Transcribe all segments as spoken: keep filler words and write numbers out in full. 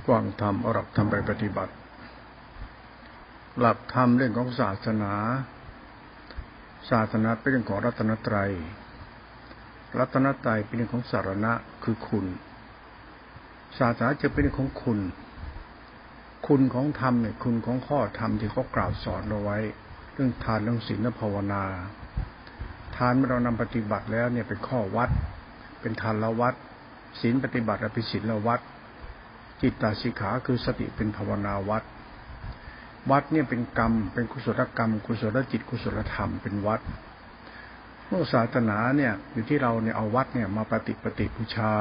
ฟังธรรมเอาหลักธรรมไปปฏิบัติหลักธรรมเรื่องของศาสนาศาสนาเป็นเรื่องของรัตนตรัยรัตนตรัยเป็นเรื่องของสารณะคือคุณศาสนาจะเป็นเรื่องของคุณคุณของธรรมเนี่ยคุณของข้อธรรมที่เขากล่าวสอนเอาไว้เรื่องทานเรื่องศีลและภาวนาทานเมื่อเรานำปฏิบัติแล้วเนี่ยเป็นข้อวัดเป็นทานละวัดศีลปฏิบัติเป็นศีลละวัดจิตตสิกขาคือสติเป็นภาวนาวัดวัดเนี่ยเป็นกรรมเป็นกุศลกรรมกุศลจิตกุศลธรรมเป็นวัดเมื่อศาสนาเนี่ยอยู่ที่เราเนี่ยเอาวัดเนี่ยมาปฏิปฏิบูชา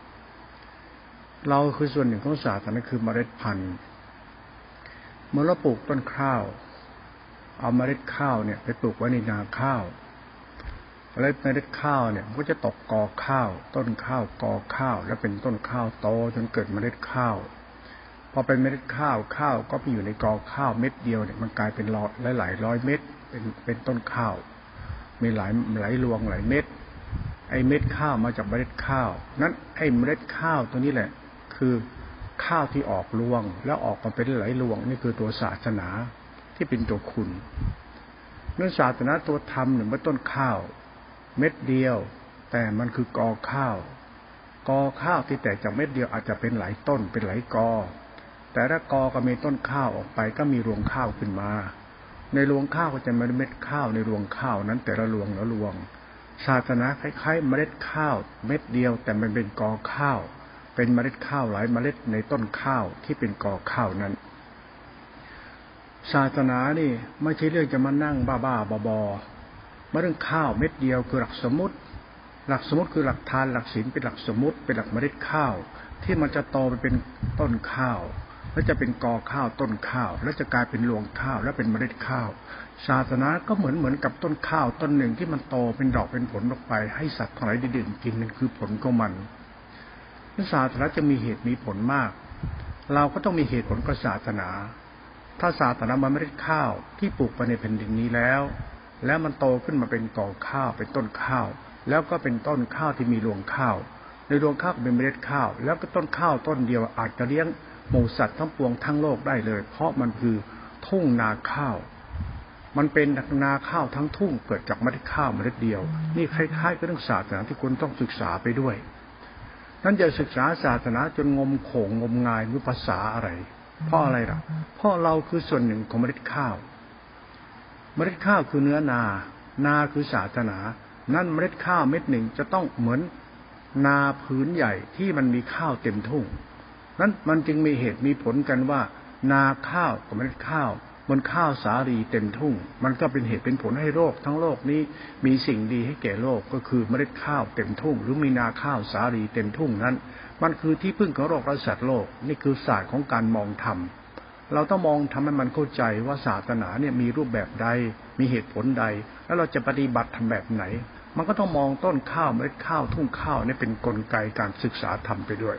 เราคือส่วนหนึ่งของศาสนาคือเมล็ดพันธุ์เมื่อเราปลูกต้นข้าวเอาเมล็ดข้าวเนี่ยไปปลูกไว้ในนาข้าวแล้วเมล็ดข้าวเนี่ยมันก็จะตกกอข้าวต้นข้าวกอข้าวแล้วเป็นต้นข้าวโตจนเกิดเมล็ดข้าวพอเป็นเมล็ดข้าวข้าวก็ไปอยู่ในกอข้าวเม็ดเดียวเนี่ยมันกลายเป็นร้อยหลายร้อยเม็ดเป็นเป็นต้นข้าวมีหลายหลายรวงหลายเม็ดไอ้เม็ดข้าวมาจากเมล็ดข้าวนั้นไอ้เมล็ดข้าวตัวนี้แหละคือข้าวที่ออกรวงแล้วออกมาเป็นหลายรวงนี่คือตัวศาสนาที่เป็นตัวคุณเนื่องศาสนาตัวธรรมเนี่ยมันต้นข้าวเม็ดเดียวแต่มันคือกอข้าวกอข้าวที่แตกจากเม็ดเดียวอาจจะเป็นหลายต้นเป็นหลายกอแต่ถ้ากอก็มีต้นข้าวออกไปก็มีรวงข้าวขึ้นมาในรวงข้าวก็จะมีเม็ดข้าวในรวงข้าวนั้นแต่ละรวงละรวงศาสนาคล้ายๆเมล็ดข้าวเม็ดเดียวแต่มันเป็นกอข้าวเป็นเมล็ดข้าวหลายเมล็ดในต้นข้าวที่เป็นกอข้าวนั้นศาสนานี่ไม่ใช่เรื่องจะมานั่งบ้าๆบอๆมาเรื่องข้าวเม็ดเดียวคือหลักสมมุติหลักสมมุติคือหลักทานหลักศีลเป็นหลักสมมุติเป็นหลักเมล็ดข้าวที่มันจะโตไปเป็นต้นข้าวแล้วจะเป็นกอข้าวต้นข้าวแล้วจะกลายเป็นรวงข้าวแล้วเป็นเมล็ดข้าวศาสนาก็เหมือนเหมือนกับต้นข้าวต้นหนึ่งที่มันโตเป็นดอกเป็นผลออกไปให้สัตว์ทั้งหลายได้ดื่มกินนั่นคือผลของมันศาสนาจะมีเหตุมีผลมากเราก็ต้องมีเหตุผลกับศาสนาถ้าศาสนามันเมล็ดข้าวที่ปลูกไปในแผ่นดินนี้แล้วแล้วมันโตขึ้นมาเป็นกอข้าวเป็นต้นข้าวแล้วก็เป็นต้นข้าวที่มีรวงข้าวในรวงข้าวเป็นเมล็ดข้าวแล้วก็ต้นข้าวต้นเดียวอาจจะเลี้ยงหมู่สัตว์ทั้งปวงทั้งโลกได้เลยเพราะมันคือทุ่งนาข้าวมันเป็นนาข้าวทั้งทุ่งเกิดจากเมล็ดข้าวเมล็ดเดียวนี่คล้ายๆกับเรื่องศาสนาที่คุณต้องศึกษาไปด้วยนั่นจะศึกษาศาสนาจนงมโขงงมงายรู้ภาษาอะไรเพราะอะไรล่ะเพราะเราคือส่วนหนึ่งของเมล็ดข้าวเมล็ดข้าวคือเนื้อนานาคือศาสนานั่นเมล็ดข้าวเม็ดหนึ่งจะต้องเหมือนนาพื้นใหญ่ที่มันมีข้าวเต็มทุ่งนั้นมันจึงมีเหตุมีผลกันว่านาข้าวกับเมล็ดข้าวบนข้าวสาลีเต็มทุ่งมันก็เป็นเหตุเป็นผลให้โลกทั้งโลกนี้มีสิ่งดีให้แก่โลกก็คือเมล็ดข้าวเต็มทุ่งหรือมีนาข้าวสาลีเต็มทุ่งนั้นมันคือที่พึ่งของโลกและสัตว์โลกนี่คือศาสตร์ของการมองธรรมเราต้องมองทำให้มันเข้าใจว่าศาสนาเนี่ยมีรูปแบบใดมีเหตุผลใดแล้วเราจะปฏิบัติทำแบบไหนมันก็ต้องมองต้นข้าวเมล็ดข้าวทุ่งข้าวนี่เป็นกลไกการศึกษาธรรมไปด้วย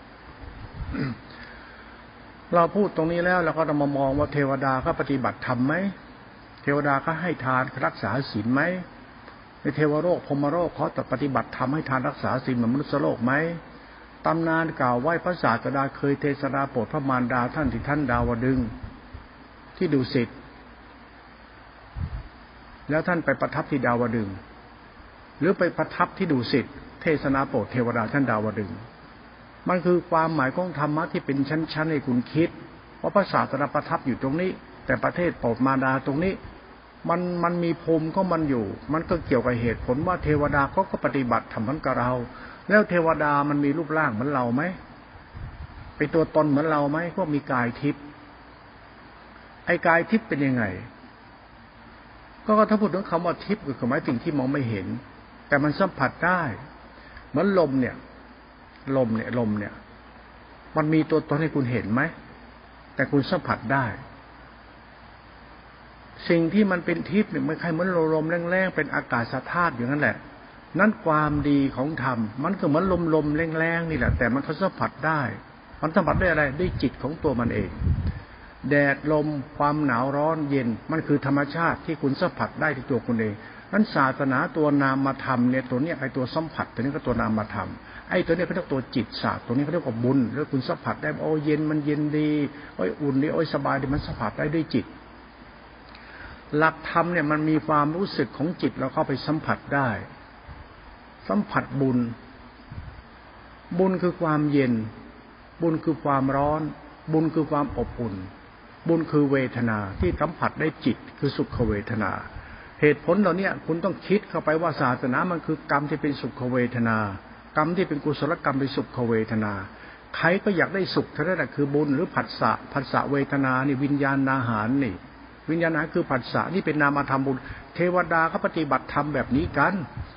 เราพูดตรงนี้แล้วเราก็ต้องมามองว่าเทวดาเขาปฏิบัติธรรมไหมเทวดาเขาให้ทานรักษาศีลไหมในเทวโลกพรหมโลกเขาจะปฏิบัติธรรมให้ทานรักษาศีลเหมือนมนุษย์โลกไหมตำนานกล่าวไว้พระศาสดาเคยเทศนาโปรดพระมารดาท่านที่ท่านดาวดึงส์ที่ดุสิตแล้วท่านไปประทับที่ดาวดึงส์หรือไปประทับที่ดุสิตเทศนาโปรดเทวดาท่านดาวดึงส์มันคือความหมายของธรรมะที่เป็นชั้นๆให้คุณคิดว่าพระศาสดาประทับอยู่ตรงนี้แต่ประเทศโปรดมารดาตรงนี้มันมันมีภูมิของมันอยู่มันก็เกี่ยวกับเหตุผลว่าเทวดาเขาก็ปฏิบัติธรรมเหมือนกับเราแล้วเทวดามันมีรูปร่างเหมือนเราไหมเป็นตัวตนเหมือนเราไหมพวกมีกายทิพย์ไอ้กายทิพย์เป็นยังไงก็ถ้าพูดถึงคำว่าทิพย์คือหมายถึงที่มองไม่เห็นแต่มันสัมผัสได้เหมือนลมเนี่ยลมเนี่ยลมเนี่ยมันมีตัวตนให้คุณเห็นไหมแต่คุณสัมผัสได้สิ่งที่มันเป็นทิพย์เนี่ยมันคล้ายเหมือนลมแรงๆเป็นอากาศธาตุอย่างนั้นแหละนั่นความดีของธรรมมันก็เหมือนลมๆแรงๆนี่แหละแต่มันก็สัมผัสได้มันสัมผัสได้อะไรด้วยจิตของตัวมันเองแดดลมความหนาวร้อนเย็นมันคือธรรมชาติที่คุณสัมผัสได้ที่ตัวคุณเองนั้นศาสนาตัวนามธรรมเนี่ยตัวเนี้ยไอ้ตัวสัมผัสตัวนี้ก็ตัวนามธรรมไอ้ตัวนี้เขาเรียกตัวจิตศาสตร์ตัวนี้เขาเรียกว่าบุญแล้วคุณสัมผัสได้โอ้เย็นมันเย็นดีโอ้ยอุ่นดีโอ้ยสบายดีมันสัมผัสได้ด้วยจิตหลักธรรมเนี่ยมันมีความรู้สึกของจิตเราเข้าไปสัมผัสได้สัมผัสบุญบุญคือความเย็นบุญคือความร้อนบุญคือความอบอุ่นบุญคือเวทนาที่สัมผัสได้จิตคือสุขเวทนาเหตุผลเหล่านี้คุณต้องคิดเข้าไปว่าศาสนามันคือกรรมที่เป็นสุขเวทนากรรมที่เป็นกุศลกรรมเป็นสุขเวทนาใครก็อยากได้สุขเท่านั้นแหละคือบุญหรือผัสสะผัสสะเวทนานี่วิญญาณอาหารนี่วิญญาณอาหารคือผัสสะนี่เป็นนามธรรมบุญเทวดาเขาปฏิบัติธรรมแบบนี้กัน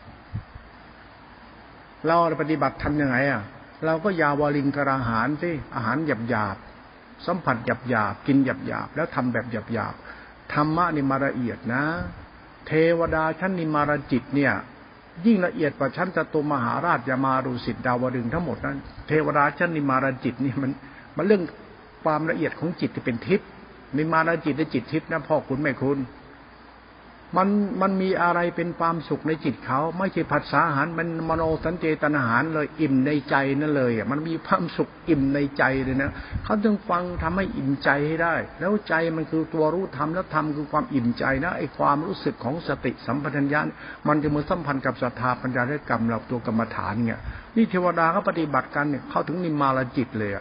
เราปฏิบัติธรรมยังไงอ่ะเราก็ยาวลิงกระอาหารสิอาหารหยาบหยาบสัมผัสหยาบหยาบกินหยาบหยาบแล้วทำแบบหยาบหยาบธรรมะนี่มาละเอียดนะเทวดาชั้นนิมารจิตเนี่ยยิ่งละเอียดกว่าชั้นจตุมหาราชยามารุสิตดาวดึงทั้งหมดนั้นเทวดาชั้นนิมารจิตนี่มันมันเรื่องความละเอียดของจิตที่เป็นทิพย์นิมารจิตและจิตทิพย์นะพ่อคุณแม่คุณมันมันมีอะไรเป็นความสุขในจิตเขาไม่ใช่ผัสสะอาหารมันมโนสัญเจตนาหารเลยอิ่มในใจนั่นเลยอ่ะมันมีความสุขอิ่มในใจเลยนะเขาจึงฟังทำให้อิ่มใจให้ได้แล้วใจมันคือตัวรู้ธรรมแล้วธรรมคือความอิ่มใจนะไอ้ความรู้สึกของสติสัมปชัญญะมันจะเหมือนสัมพันธ์กับศรัทธาปัญญาและกรรมเราตัวกรรมฐานเนี่ยนี่เทวดาเขาปฏิบัติกันเนี่ยเข้าถึงนิมมารจิตเลยอ่ะ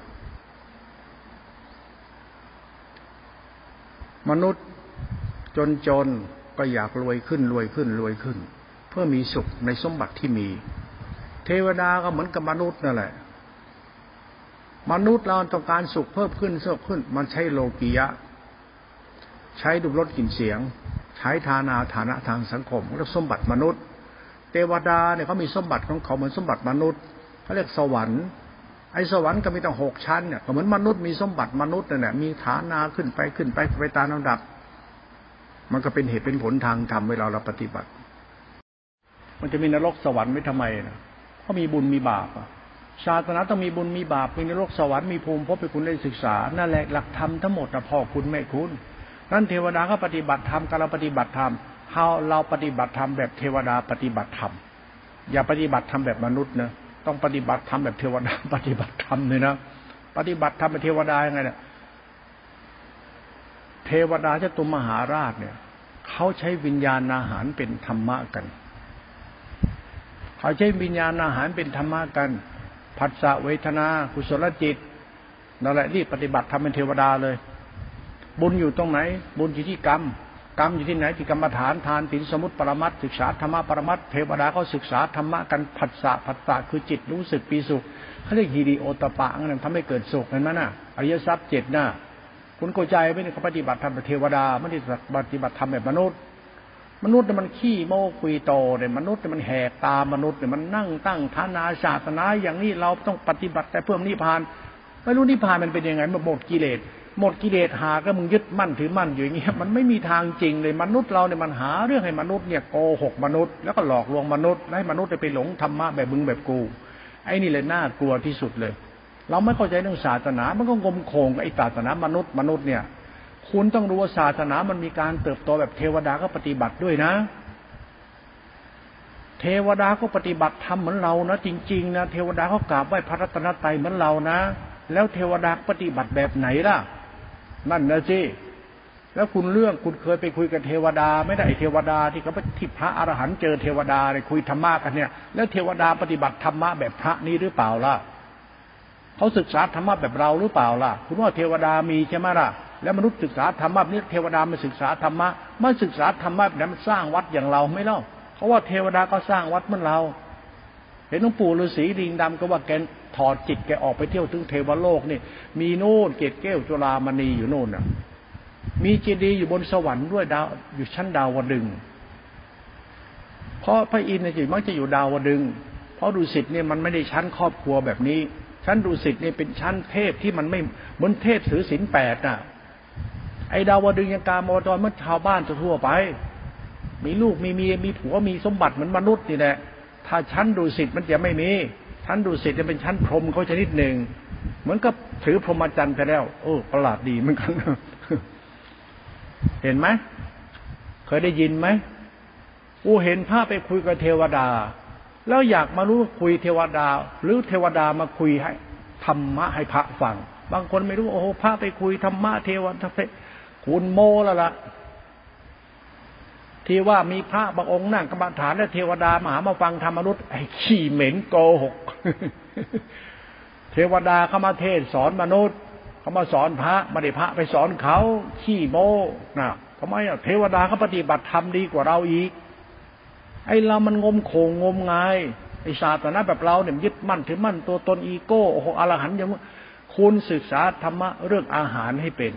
มนุษย์จนจนก็อยากรวยขึ้นรวยขึ้นรวยขึ้นเพื่อมีสุขในสมบัติที่มีเทวดาก็เหมือนกับมนุษย์นั่นแหละมนุษย์เราต้องการสุขเพิ่มขึ้นเพิ่มขึ้นมันใช้โลกียะใช้ดูรสกลิ่นเสียงใช้ฐานาฐานะทางสังคมเรียกสมบัติมนุษย์เทวดาเนี่ยเขามีสมบัติของเขาเหมือนสมบัติมนุษย์เขาเรียกสวรรค์ไอ้สวรรค์ก็มีตั้งหกชั้นเนี่ยก็เหมือนมนุษย์มีสมบัติมนุษย์นั่นแหละมีฐานะขึ้นไปขึ้นไปไปตามลำดับมันก็เป็นเหตุเป็นผลทางธรรมเวลาเราปฏิบัติมันจะมีนรกสวรรค์ไม่ทำไมนะเพราะมีบุญมีบาปศาสนาต้องมีบุญมีบาปมีนรกสวรรค์มีภูมิภพให้คุณได้ศึกษานั่นแหละหลักธรรมทั้งหมดนะพ่อคุณแม่คุณนั่นเทวดาก็ปฏิบัติธรรมการเราปฏิบัติธรรมเฮาเราปฏิบัติธรรมแบบเทวดาปฏิบัติธรรมอย่าปฏิบัติธรรมแบบมนุษย์นะต้องปฏิบัติธรรมแบบเทวดาปฏิบัติธรรมเลยนะปฏิบัติธรรมแบบเทวดายังไงเนี่ยเทวดาจตุมหาราชเนี่ยเขาใช้วิญญาณอาหารเป็นธรรมะกันเขาใช้วิญญาณอาหารเป็นธรรมะกันผัสสะเวทนากุศลจิตนั่นแหละนี่ปฏิบัติทำเป็นเทวดาเลยบุญอยู่ตรงไหนบุญอยู่ที่กรรมกรรมอยู่ที่ไหนที่กรรมฐานทานศีลสมุติปรมัตถ์ศึกษาธรรมะปรมัตถ์เทวดาก็ศึกษาธรรมะกันผัสสะผัสสะคือจิตรู้สึกปีสุขเขาเรียกฮีริโอตปะนั่นทำให้เกิดสุขเห็นไหมน่ะอริยทรัพย์เจ็ดน่ะคุณเข้าใจไหมเนี่ยเขาปฏิบัติธรรมแบบเทวดาไม่ได้ปฏิบัติธรรมแบบมนุษย์มนุษย์เนี่ยมันขี้โม้คุยโตเนี่ยมนุษย์เนี่ยมันแหกตามนุษย์เนี่ยมันนั่งตั้งฐานาศาสนาอย่างนี้เราต้องปฏิบัติแต่เพื่อนิพพานไม่รู้นิพพานมันเป็นยังไงมันหมดกิเลสหมดกิเลสหาก็มึงยึดมั่นถือมั่นอยู่อย่างเงี้ยมันไม่มีทางจริงเลยมนุษย์เราเนี่ยมันหาเรื่องให้มนุษย์เนี่ยโกหกมนุษย์แล้วก็หลอกลวงมนุษย์ให้มนุษย์ไปหลงธรรมะแบบมึงแบบกูไอ้นี่เลยน่ากลัวที่สุดเลยเราไม่เข้าใจเรื่องศาสนามันก็งมโคงไอ้ศาสนามนุษย์มนุษย์เนี่ยคุณต้องรู้ว่าศาสนามันมีการเติบโตแบบเทวดาก็ปฏิบัติด้วยนะเทวดาก็ปฏิบัติธรรมเหมือนเรานะจริงๆนะเทวดาเขากราบไหว้พระรัตนตรัยเหมือนเรานะแล้วเทวดาปฏิบัติแบบไหนล่ะนั่นนะสิแล้วคุณเรื่องคุณเคยไปคุยกับเทวดาไม่ได้เทวดาที่เขาที่พระอรหันต์เจอเทวดาเลยคุยธรรมะกันเนี่ยแล้วเทวดาปฏิบัติธรรมะแบบพระนี้หรือเปล่าล่ะเขาศึกษาธรรมะแบบเราหรือเปล่าล่ะคุณว่าเทวดามีใช่ไหมล่ะแล้วมนุษย์ศึกษาธรรมะนี่เทวดามาศึกษาธรรมะมาศึกษาธรรมะแบบนั้นมันสร้างวัดอย่างเราไม่เล่าเพราะว่าเทวดาก็สร้างวัดเหมือนเราเห็นหลวงปู่ฤาษีลิงดำก็ว่าแกถอดจิตแกออกไปเที่ยวถึงเทวโลกนี่มีโน่นเกศแก้วจุฬามณีอยู่โน่นน่ะมีเจดีย์อยู่บนสวรรค์ด้วยดาวอยู่ชั้นดาวดึงเพราะพระอินทร์เนี่ยมักจะอยู่ดาวดึงเพราะดุสิตเนี่ยมันไม่ได้ชั้นครอบครัวแบบนี้ชั้นดุสิตเนี่ยเป็นชั้นเทพที่มันไม่เหมือนเทพถือศีลแปดน่ะไอ้ดาวดึงยังกามอดอนเหมือนชาวบ้านทั่วไปมีลูกมีเมียมีผัวมีสมบัติเหมือนมนุษย์นี่แหละถ้าชั้นดุสิตมันจะไม่มีชั้นดุสิตจะเป็นชั้นพรหมเขาชนิดหนึ่งเหมือนกับถือพรหมจรรย์ไปแล้วโอ้ประหลาดดีเหมือนกันเห็นไหมเคยได้ยินไหมกูเห็นพระไปคุยกับเทวดาแล้วอยากมารู้คุยเทวดาหรือเทวดามาคุยให้ธรรมะให้พระฟังบางคนไม่รู้โอ้โหพระไปคุยธรรมะเทวดาคุณโมแล้วล่ะที่ว่ามีพระบางองค์นั่งกรรมฐานแล้วเทวดามาหามาฟังธรรมมนุษย์ไอ้ขี้เหม็นโกหกเทวดาเขามาเทศสอนมนุษย์เขามาสอนพระไม่ได้พระไปสอนเขาขี้โมนะทำไมอ่ะเทวดาเขาปฏิบัติธรรมดีกว่าเราอีกไอ้เรามันงมโขงงมงายไอ้ศาสนาแบบเราเนี่ยยึดมั่นถือมั่นตัวตนอีโก้โอ้โหอรหันต์อย่างคุณศึกษาธรรมะเรื่องอาหารให้เป็น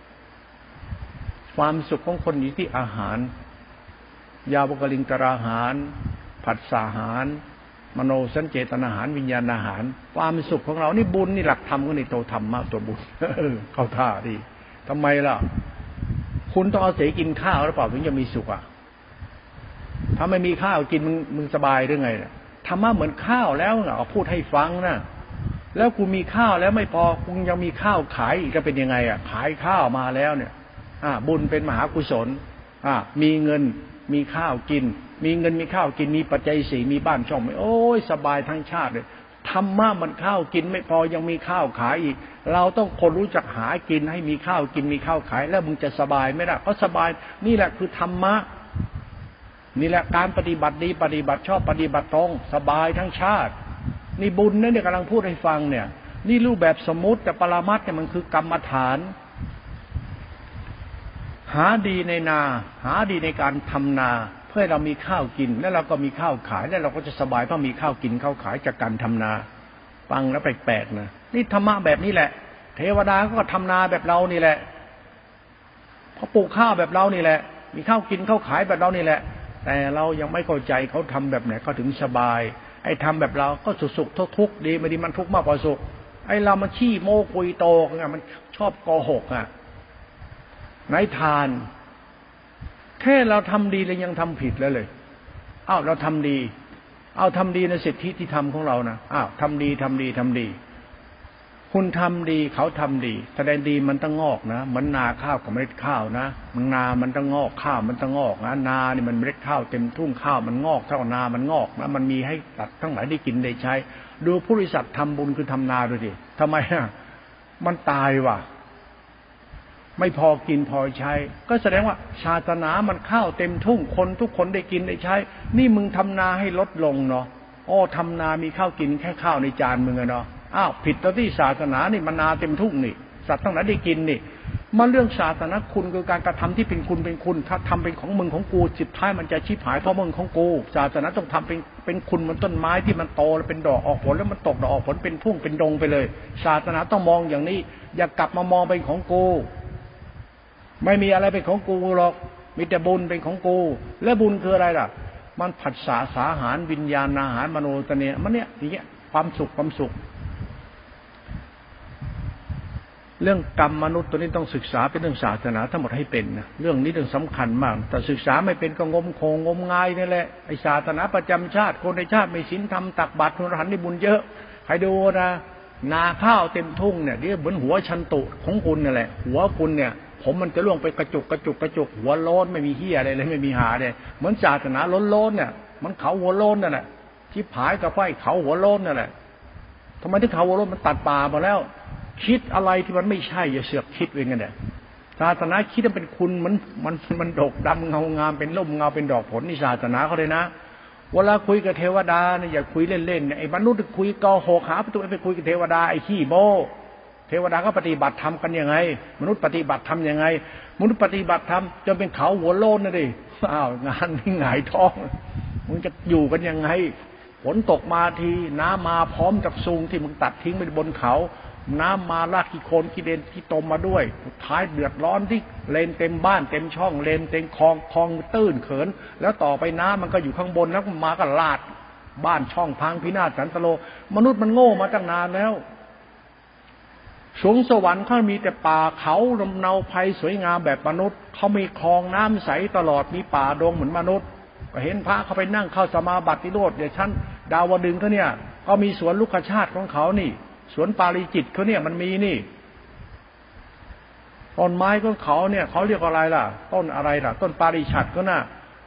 ความสุขของคนอยู่ที่อาหารยาวกลิงกราหารผัสสะอาหารมโนสัญเจตนาอาหารวิญญาณอาหารความสุขของเรานี่บุญนี่หลักธรรมก็นี่โตธรรมะตัวบุญเข้าท่าดีทำไมล่ะคุณต้องเอาเสกินข้าวหรือเปล่าถึงจะมีสุขอ่ะถ้าไม่มีข้าวกินมึงมึงสบายหรือไงธรรมะเหมือนข้าวแล้วอ่ะพูดให้ฟังนะแล้วกูมีข้าวแล้วไม่พอกูยังมีข้าวขายอีกจะเป็นยังไงอ่ะขายข้าวมาแล้วเนี่ยอ่าบุญเป็นมหากุศลอ่ามีเงินมีข้าวกินมีเงินมีข้าวกินมีปัจจัยสี่มีบ้านช่องไม่โอ้ยสบายทั้งชาติเลยธรรมะมันข้าวกินไม่พอยังมีข้าวขายอีกเราต้องคนรู้จักหากินให้มีข้าวกินมีข้าวขายแล้วมึงจะสบายไม่ได้เพราะสบายนี่แหละคือธรรมะนี่แหละการปฏิบัติดีปฏิบัติชอบปฏิบัติตรงสบายทั้งชาตินี่บุญนั่นเนี่ยกำลังพูดให้ฟังเนี่ยนี่รูปแบบสมมุติแต่ปรมัตถ์เนี่ยมันคือกรรมฐานหาดีในนาหาดีในการทำนาเพื่อเรามีข้าวกินแล้วเราก็มีข้าวขายแล้วเราก็จะสบายเพราะมีข้าวกินข้าวขายจากการทำนาฟังแล้วแปลกๆนะนี่ธรรมะแบบนี้แหละเทวดาก็ทำนาแบบเรานี่แหละเขาปลูกข้าวแบบเรานี่แหละมีข้าวกินข้าวขายแบบเรานี่แหละแต่เรายังไม่เข้าใจเขาทำแบบไหนเขาถึงสบายไอ้ทำแบบเราก็สุขสุขทุกทุกดีไม่ดีมันทุกข์มากกว่าสุขไอ้เรามันขี้โม้คุยโตไงมันชอบโกหกอ่ะนายทานแค่เราทำดีแล้วยังทำผิดแล้วเลยอ้าวเราทำดีเอาทำดีในสิทธิที่ทำของเรานะอ้าวทำดีทำดีทำดีคุณทำดีเขาทำดีแสดงดีมันต้องงอกนะเหมือนนาข้าวกับเมล็ดข้าวนะมันนามันต้องงอกข้าวมันต้องงอกนะนานี่มันเมล็ดข้าวเต็มทุ่งข้าวมันงอกเท่านามันงอกนะมันมีให้ตัดทั้งหลายได้กินได้ใช้ดูผู้บริษัททำบุญคือทำนาดูดิทำไมอ่ะมันตายว่ะไม่พอกินพอใช้ก็แสดงว่าศาสนามันข้าวเต็มทุ่งคนทุกคนได้กินได้ใช้นี่มึงทำนาให้ลดลงเนาะอ้อทำนามีข้าวกินแค่ข้าวในจานมึงอะเนาะอ้าวผิดตัวที่ศาสนานี่มันนาเต็มทุ่งนี่สัตว์ทั้งหลายได้กินนี่มาเรื่องศาสนาคุณคือการกระทำที่เป็นคุณเป็นคุณถ้าทำเป็นของมึงของกูสุดท้ายมันจะชิบหายเพราะมึงของกูศาสนาต้องทำเป็นเป็นคุณเหมือนต้นไม้ที่มันโตแล้วเป็นดอกออกผลแล้วมันตกดอกออกผลเป็นทุ่งเป็นดงไปเลยศาสนาต้องมองอย่างนี้อย่ากลับมามองเป็นของกูไม่มีอะไรเป็นของกูหรอกมีแต่บุญเป็นของกูและบุญคืออะไรล่ะมันผัสสะสาหารวิญญาณอาหารมโนตเนมันเนี่ยอย่างเงี้ยความสุขความสุขเรื่องกรรมมนุษย์ตัวนี้ต้องศึกษาเป็นเรื่องศาสนาทั้งหมดให้เป็นนะเรื่องนี้เรื่องสำคัญมากแต่ศึกษาไม่เป็นก็งมโคงงมงายนี่แหละไอศาสนาประจำชาติคนในชาติไม่ศีลธรรมตักบาตรทุนหันได้บุญเยอะใครดูนะนาข้าวเต็มทุ่งเนี่ยเดี๋ยวเหมือนหัวชันตุของคุณนี่แหละหัวคุณเนี่ยผมมันจะล่วงไปกระจุกกระจุกกระจุกหัวโล้นไม่มีเหี้ยอะไรเลยไม่มีหาเลยเหมือนศาสนาล้นโล้นเนี่ยมันเขาหัวโล้นนั่นแหละที่ผายกับไฟเขาหัวโล้นนั่นแหละทำไมที่เขาหัวโล้นมันตัดป่ามาแล้วคิดอะไรที่มันไม่ใช่อย่าเสือกคิดเองกันเนี่ยศาสนาคิดมันเป็นคุณมันมันมันดกดำเงางามเป็นร่มเงาเป็นดอกผลนี่ศาสนาเขาเลยนะเวลาคุยกับเทวดาเนี่ยอย่าคุยเล่นๆเนี่ยไอ้มนุษย์คุยกอโหกหาประตูไปคุยกับเทวดาไอ้ขี้โม้เทวดาก็ปฏิบัติธรรมกันยังไงมนุษย์ปฏิบัติธรรมยังไงมนุษย์ปฏิบัติธรรมจนเป็นเขาหัวโล้นนะดิอ้าวงานนี่หงายท้องมึงจะอยู่กันยังไงฝนตกมาทีน้ำมาพร้อมกับซุงที่มึงตัดทิ้งไปบนเขาน้ำมาลากขี้โคลนขี้เลนขี้ตมมาด้วยสุดท้ายเดือดร้อนที่เลนเต็มบ้านเต็มช่องเลนเต็มคลองคลองตื้นเขินแล้วต่อไปน้ำมันก็อยู่ข้างบนแล้วมาก็ลาดบ้านช่องพังพินาศสันตโลมนุษย์มันโง่มาตั้งนานแล้วสวงสวรรค์เขามีแต่ป่าเขาลำเนาภัยสวยงามแบบมนุษย์เขามีคลองน้ำใสตลอดมีป่าดงเหมือนมนุษย์ก็เห็นพระเขาไปนั่งเข้าสมาบัตินิโรธเดี๋ยวชั้นดาวดึงเขาเนี่ยก็มีสวนลูกชาติของเขานี่สวนปาริจิตเขาเนี่ยมันมีนี่ต้นไม้ของเขาเนี่ยเขาเรียกอะไรล่ะต้นอะไรล่ะต้นปาริฉัตรเขาน่ะ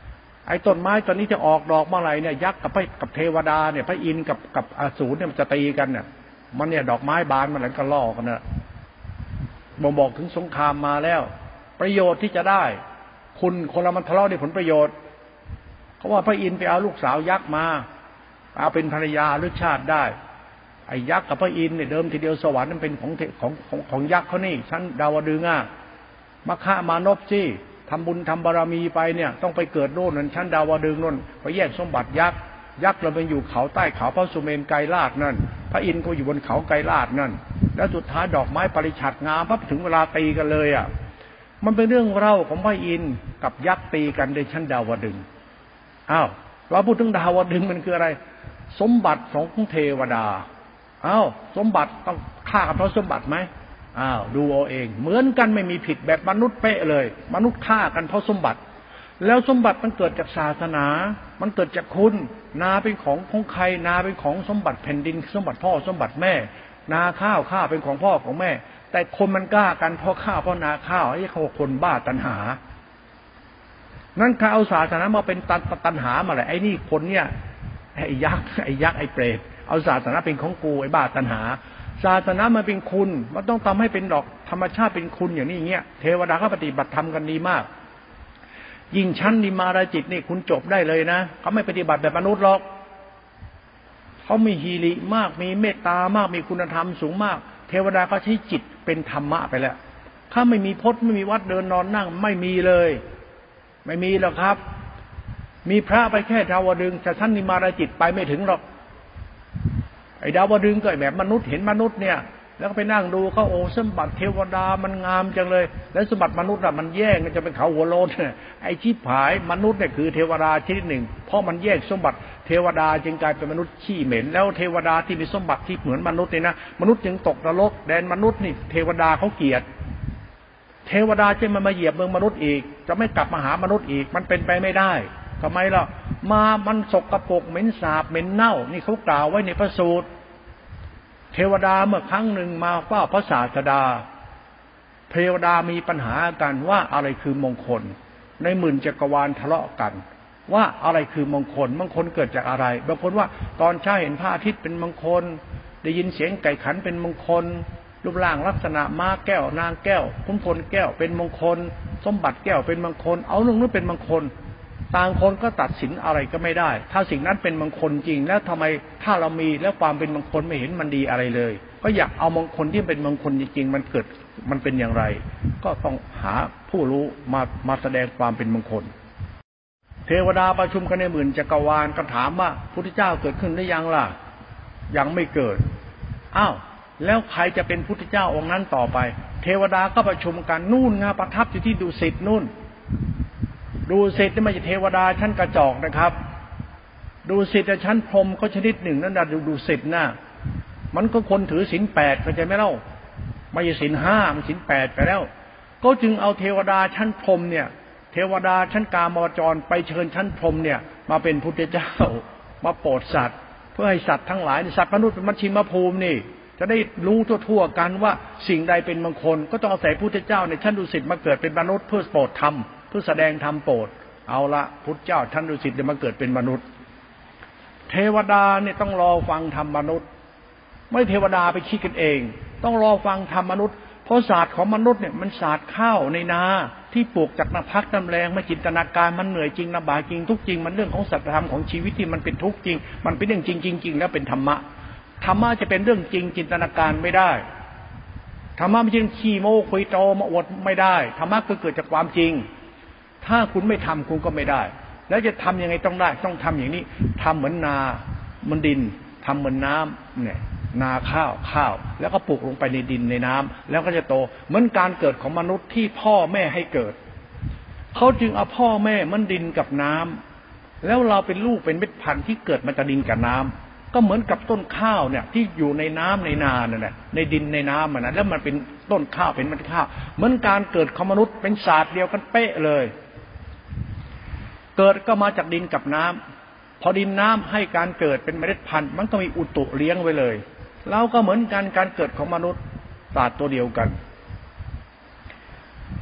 ไอ้ต้นไม้ตอนนี้จะออกดอกเมื่อไหร่เนี่ยยักษ์กับพระกับเทวดาเนี่ยพระอินทร์กับกับอสูรเนี่ยมันจะตีกันเนี่ยมันเนี่ยดอกไม้บานมันแล้วก็ล่อกันนะบ่งบอกถึงสงครามมาแล้วประโยชน์ที่จะได้คุณคนละมันทะเลาะในผลประโยชน์เขาว่าพระอินทร์ไปเอาลูกสาวยักษ์มาเอาเป็นภรรยาหรือชาติได้ไอ้ยักษ์กับพระอินทร์เนี่ยเดิมทีเดียวสวรรค์มันเป็นของของของของยักษ์เขานี่ชั้นดาวดึงอ่ะมาฆ่ามานพสิทำบุญทำบารมีไปเนี่ยต้องไปเกิดโน่นนั่นชั้นดาวดึงโน่นไปแย่งสมบัติยักษ์ยักษ์เราไปอยู่เขาใต้เขาพระสุเมนไกรลาดนั่นพระอินทร์ก็อยู่บนเขาไกรลาดนั่นแล้วสุดท้ายดอกไม้ปริฉัตรงามปั๊บถึงเวลาตีกันเลยอ่ะมันเป็นเรื่องเล่าของพระอินทร์กับยักษ์ตีกันในชั้นดาวดึงอ้าวเราพูดถึงดาวดึงมันคืออะไรสมบัติของเทวดาอ้าวสมบัติต้องฆ่ากันเพราะสมบัติไหมอ้าวดูเอาเองเหมือนกันไม่มีผิดแบบมนุษย์เป๊ะเลยมนุษย์ฆ่ากันเพราะสมบัติแล้วสมบัติมันเกิดจากศาสนามันเกิดจากคุณนาเป็นของของใครนาเป็นของสมบัติแผ่นดินสมบัติพ่อสมบัติแม่นาข้าวข้าวเป็นของพ่อของแม่แต่คนมันกล้ากันเพราะข้าวเพราะนาข้าวไอ้เขาคนบ้าตัณหานั่นเขาเอาศาสนามาเป็นตันตัณหามาเลยไอ้นี่คนเนี่ยไอ้ยักษ์ไอ้ยักษ์ไอ้เปรตเอาศาสนาเป็นของกูไอ้บ้าตัณหาศาสนามันเป็นคุณมันต้องทำให้เป็นดอกธรรมชาติเป็นคุณอย่างนี้อย่างเงี้ยเทวดาก็ปฏิบัติธรรมกันดีมากยิ่งชั้นนิมาราจิตนี่คุณจบได้เลยนะเขาไม่ปฏิบัติแบบมนุษย์หรอกเขามีฮีริมากมีเมตตามากมีคุณธรรมสูงมากเทวดาก็ใช้จิตเป็นธรรมะไปแล้วถ้าไม่มีพจน์ไม่มีวัดเดินนอนนั่งไม่มีเลยไม่มีหรอกครับมีพระไปแค่ดาวดึงแต่ชั้นนิมาราจิตไปไม่ถึงหรอกไอ้ดาวดึงก็แบบมนุษย์เห็นมนุษย์เนี่ยแล้วก็ไปนั่งดูเขาโอ้สมบัติเทวดามันงามจังเลยแล้วสมบัติมนุษย์อ่ะมันแย่งกันจะเป็นเขาหัวโลนไอ้ชี้ผายมนุษย์เนี่ยคือเทวดาชนิดหนึ่งเพราะมันแยกสมบัติเทวดาจึงกลายเป็นมนุษย์ขี้เหม็นแล้วเทวดาที่มีสมบัติที่เหมือนมนุษย์เนี่ยนะมนุษย์จึงตกนรกแดนมนุษย์นี่เทวดาเขาเกลียดเทวดาจะมามาเหยียบเมืองมนุษย์อีกจะไม่กลับมาหามนุษย์อีกมันเป็นไปไม่ได้ทำไมล่ะมามันสกปรกเหม็นสาบเหม็นเน่านี่เขากล่าวไว้ในพระสูตรเทวดาเมื่อครั้งหนึ่งมาเฝ้าพระศาสดาเทวดามีปัญหากันว่าอะไรคือมงคลในหมื่นจักรวาลทะเลาะกันว่าอะไรคือมงคลมงคลเกิดจากอะไรบางคนว่าตอนเช้าเห็นพระอาทิตย์เป็นมงคลได้ยินเสียงไก่ขันเป็นมงคลรูปร่างลักษณะม้าแก้วนางแก้วขุนพลแก้วเป็นมงคลสมบัติแก้วเป็นมงคลเอาหนึ่งนู้นเป็นมงคลต่างคนก็ตัดสินอะไรก็ไม่ได้ถ้าสิ่งนั้นเป็นมงคลจริงแล้วทำไมถ้าเรามีแล้วความเป็นมงคลไม่เห็นมันดีอะไรเลยก็อยากเอามงคลที่เป็นมงคลจริงๆมันเกิดมันเป็นอย่างไรก็ต้องหาผู้รู้มามาแสดงความเป็นมงคลเทวดาประชุมกันในหมื่นจักรวาลก็ถามว่าพุทธเจ้าเกิดขึ้นหรือยังล่ะยังไม่เกิดอ้าวแล้วใครจะเป็นพุทธเจ้าองค์นั้นต่อไปเทวดาก็ประชุมกันนู่นไงประทับอยู่ที่ดุสิตนู่นดูสิตนี่ไม่ใช่เทวดาชั้นกระจอกนะครับดูสิตชั้นพรหมก็ชนิดหนึ่งนั่นน่ะดูดูสิตน่ะมันก็คนถือศีลแปดเข้าใจไหมเล่าไม่ใช่ศีลห้ามันศีลแปดไปแล้วก็จึงเอาเทวดาชั้นพรหมเนี่ยเทวดาชั้นกามวจรไปเชิญชั้นพรหมเนี่ยมาเป็นพุทธเจ้ามาโปรดสัตว์เพื่อให้สัตว์ทั้งหลายสัตว์มนุษย์เป็นมัชฌิมภูมินี่จะได้รู้ทั่วๆกันว่าสิ่งใดเป็นมงคลก็ต้องอาศัยพุทธเจ้าในชั้นดุสิตมาเกิดเป็นมนุษย์เพื่อโปรดธรรมเพื่อแสดงธรรมโปรดเอาละพุทธเจ้าท่านดุสิตจะมาเกิดเป็นมนุษย์เทวดาเนี่ยต้องรอฟังธรรมมนุษย์ไม่เทวดาไปคิดกันเองต้องรอฟังธรรมมนุษย์เพราะศาสตร์ของมนุษย์เนี่ยมันศาสตร์ข้าวในนาที่ปลูกจากน้ำพักน้ำแรงมาจินตนาการมันเหนื่อยจริงลำบากจริงทุกจริงมันเรื่องของสัจธรรมของชีวิตที่มันเป็นทุกข์จริงมันเป็นเรื่องจริงจริงๆแล้วเป็นธรรมะธรรมะจะเป็นเรื่องจริงจินตนาการไม่ได้ธรรมะไม่ใช่ขี้โม้คุยโตมาอวดไม่ได้ธรรมะคือเกิดจากความจริงถ้าคุณไม่ทำคุณก็ไม่ได้แล้วจะทำยังไงต้องได้ต้องทำอย่างนี้ทำเหมือนนาเหมือนดินทำเหมือนน้ำเนี่ยนาข้าวข้าวแล้วก็ปลูกลงไปในดินในน้ำแล้วก็จะโตเหมือนการเกิดของมนุษย์ที่พ่อแม่ให้เกิดเขาจึงเอาพ่อแม่มันดินกับน้ำแล้วเราเป็นลูกเป็นเม็ดพันธุ์ที่เกิดมาจากดินกับน้ำก็เหมือนกับต้นข้าวเนี่ยที่อยู่ในน้ำในนาเนี่ยแหละในดินในน้ำมันนะแล้วมันเป็นต้นข้าวเป็นเม็ดข้าวเหมือนการเกิดของมนุษย์เป็นศาสตร์เดียวกันเป๊ะเลยเกิดก็มาจากดินกับน้ำพอดินน้ำให้การเกิดเป็นเมล็ดพันธุ์มันก็มีอุตุเลี้ยงไว้เลยเราก็เหมือนกันการเกิดของมนุษย์ศาสตร์ตัวเดียวกัน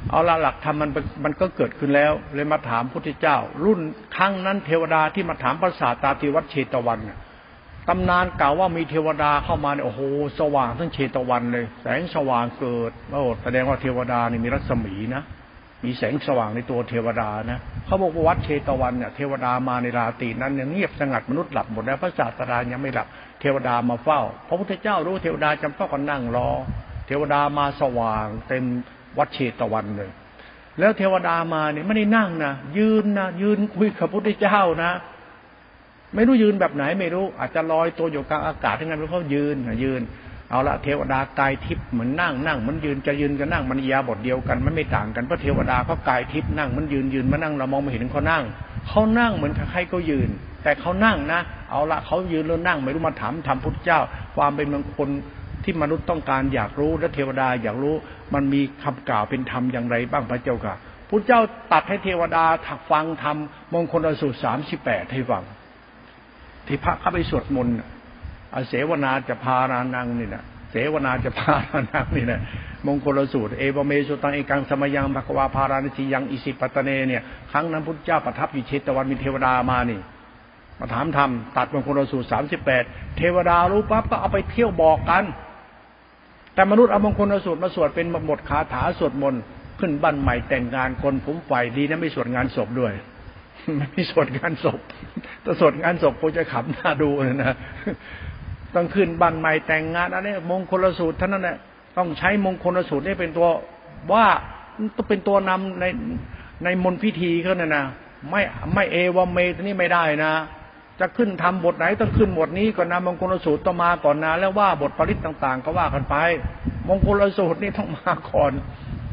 เอาละหลักธรรมมันมันก็เกิดขึ้นแล้วเลยมาถามพุทธเจ้ารุ่นครั้งนั้นเทวดาที่มาถามพระศาสดาที่วัดเชตวันตำนานกล่าวว่ามีเทวดาเข้ามาเนี่ยโอ้โหสว่างทั้งเชตวันเลยแสงสว่างเกิดโอ้แสดงว่าเทวดานี่มีรัศมีนะมีแสงสว่างในตัวเทวดานะเขาบอกว่าวัดเชตวันเนี่ยเทวดามาในราตรีนั้นเนี่ยเงียบสงัดมนุษย์หลับหมดแล้วพระศาสดายังไม่หลับเทวดามาเฝ้าพระพุทธเจ้ารู้เทวดาจำต้องกันนั่งรอเทวดามาสว่างเต็มวัดเชตวันเลยแล้วเทวดามาเนี่ยไม่ได้นั่งนะยืนนะยืนคุยกับพระพุทธเจ้านะไม่รู้ยืนแบบไหนไม่รู้อาจจะลอยตัวอยู่กลางอากาศทั้งนั้นเพราะเขายืนยืนเอาละเทวดากายทิพย์เหมือนนั่งนั่งมันยืนจะยืนกับนั่งมันอิริยาบถเดียวกันมันไม่ต่างกันเพราะเทวดาเขากายทิพย์นั่งมันยืนยืนมานั่งเรามองไม่เห็นเขานั่งเขานั่งเหมือนใครก็ยืนแต่เขานั่งนะเอาละเขายืนแล้วนั่งไม่รู้มาถามถามพุทธเจ้าความเป็นมงคลที่มนุษย์ต้องการอยากรู้และเทวดาอยากรู้มันมีคำกล่าวเป็นธรรมอย่างไรบ้างพระเจ้าค่ะพุทธเจ้าตัดให้เทวดาฟังธรรมมงคลสูตรสามสิบแปดให้ฟังที่พระเข้าไปสวดมนต์อาเสวนาจะพารานังนี่นะเสวนาจะพารานังนี่นะมงคลสูตรเอวเมสุตังเอกังสมยังภควาพารานิจิยังอิสิปตเนเนี่ยครั้งนั้นพุทธเจ้าประทับอยู่เชตวันมีเทวดามานี่มาถามธรรมตัดมงคลสูตรสามสิบแปดเทวดารู้ปั๊บก็เอาไปเที่ยวบอกกันแต่มนุษย์เอามงคลสูตรมาสวดเป็นหมดคาถาสวดมนต์ขึ้นบ้านใหม่แต่งงานคนผมไฟดีนะไม่สวดงานศพด้วยไม่สวดงานศพถ้าสวดงานศพคงจะขำหน้าดูเลยนะต้องขึ้นบ้านใหม่แต่งงานอะไรมงคลสูตรท่านนั้นแหละต้องใช้มงคลสูตรนี่เป็นตัวว่าต้องเป็นตัวนำในในมนต์พิธีเขาเนี่ยนะไม่ไม่เอวเมตนี่ไม่ได้นะจะขึ้นทำบทไหนต้องขึ้นบทนี้ก่อนนะมงคลสูตรต้องมาก่อนนะแล้วว่าบทปริตต่างๆก็ว่ากันไปมงคลสูตรนี่ต้องมาก่อน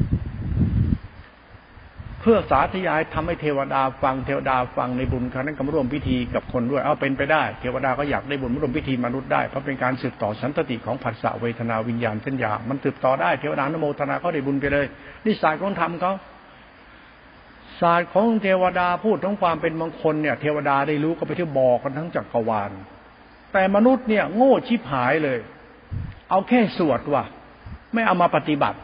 เพื่อสาธยายทำให้เทวดาฟังเทวดาฟังในบุญครั้งนั้นก็มาร่วมพิธีกับคนด้วยเอาเป็นไปได้เทวดาก็อยากได้บุญมาร่วมพิธีมนุษย์ได้เพราะเป็นการสืบต่อสันตติของผัสสะเวทนาวิญญาณสัญญามันสืบต่อได้เทวดาอนุโมทนาเขาได้บุญไปเลยนี่ศาสตร์ของธรรมเขาศาสตร์ของเทวดาพูดถึงความเป็นมงคลเนี่ยเทวดาได้รู้ก็ไปเที่ยวบอกกันทั้งจักรวาลแต่มนุษย์เนี่ยโง่ชิบหายเลยเอาแค่สวดว่ะไม่เอามาปฏิบัติ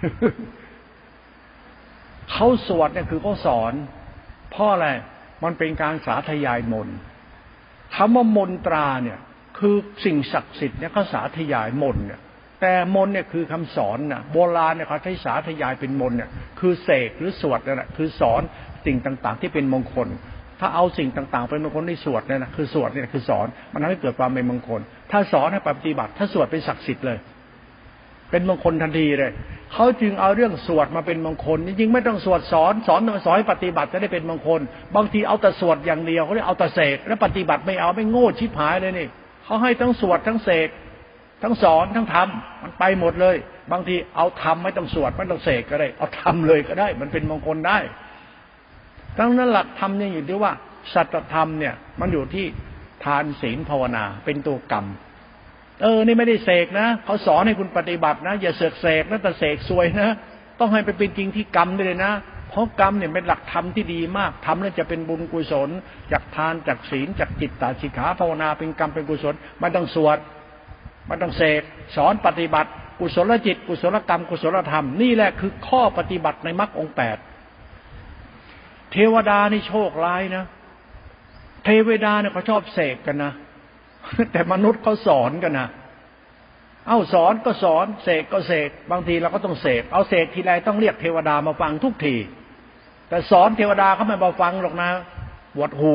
เขาสวดเนี่ยคือเขาสอนเพราะอะไรมันเป็นการสาธยายมนต์คำว่ามนตราเนี่ยคือสิ่งศักดิ์สิทธิ์เนี่ยเขาสาธยายมนต์เนี่ยแต่มนต์เนี่ยคือคำสอนน่ะโบราณเนี่ยเขาใช้สาธยายเป็นมนต์เนี่ยคือเสกหรือสวดนั่นแหละคือสอนสิ่งต่างๆที่เป็นมงคลถ้าเอาสิ่งต่างๆเป็นมงคลที่สวดเนี่ยนะคือสวดเนี่ยคือสอนมันทำให้เกิดความเป็นมงคลถ้าสอนให้ปฏิบัติถ้าสวดเป็นศักดิ์สิทธิ์เลยเป็นมงคลทันทีเลยเขาจึงเอาเรื่องสวดมาเป็นมงคลจริงๆไม่ต้องสวดสอนสอนสอนให้ปฏิบัติจะได้เป็นมงคลบางทีเอาแต่สวดอย่างเดียวเขาเรียกเอาแต่เสกแล้วปฏิบัติไม่เอาไม่โง่ชิบหายเลยนี่เขาให้ทั้งสวดทั้งเสกทั้งสอนทั้งทำมันไปหมดเลยบางทีเอาทำไม่ต้องสวดไม่ต้องเสกก็ได้เอาทำเลยก็ได้มันเป็นมงคลได้ทั้งนั้นหลักธรรมเนี่ยอยู่ที่ว่าสัจธรรมเนี่ยมันอยู่ที่ทานศีลภาวนาเป็นตัวกรรมเออนี่ไม่ได้เสกนะเขาสอนให้คุณปฏิบัตินะอย่าเสกเสกนะแต่เสกซวยนะต้องให้ไปเป็นจริงที่กรรมด้วยเลยนะเพราะกรรมเนี่ยเป็นหลักธรรมที่ดีมากทำแล้วจะเป็นบุญกุศลจากทานจากศีลจากจิตตสิกขาภาวนาเป็นกรรมเป็นกุศลไม่ต้องสวดไม่ต้องเสกสอนปฏิบัติกุศลจิตกุศลกรรมกุศลธรรมนี่แหละคือข้อปฏิบัติในมรรคองค์แปดเทวดานี่โชคร้ายนะเทวดาเนี่ยเขาชอบเสกกันนะแต่มนุษย์เขาสอนกันนะเอ้าสอนก็สอนเสกก็เสกบางทีเราก็ต้องเสกเอาเสกทีไรต้องเรียกเทวดามาฟังทุกทีแต่สอนเทวดาเขาไม่มาฟังหรอกนะบวดหู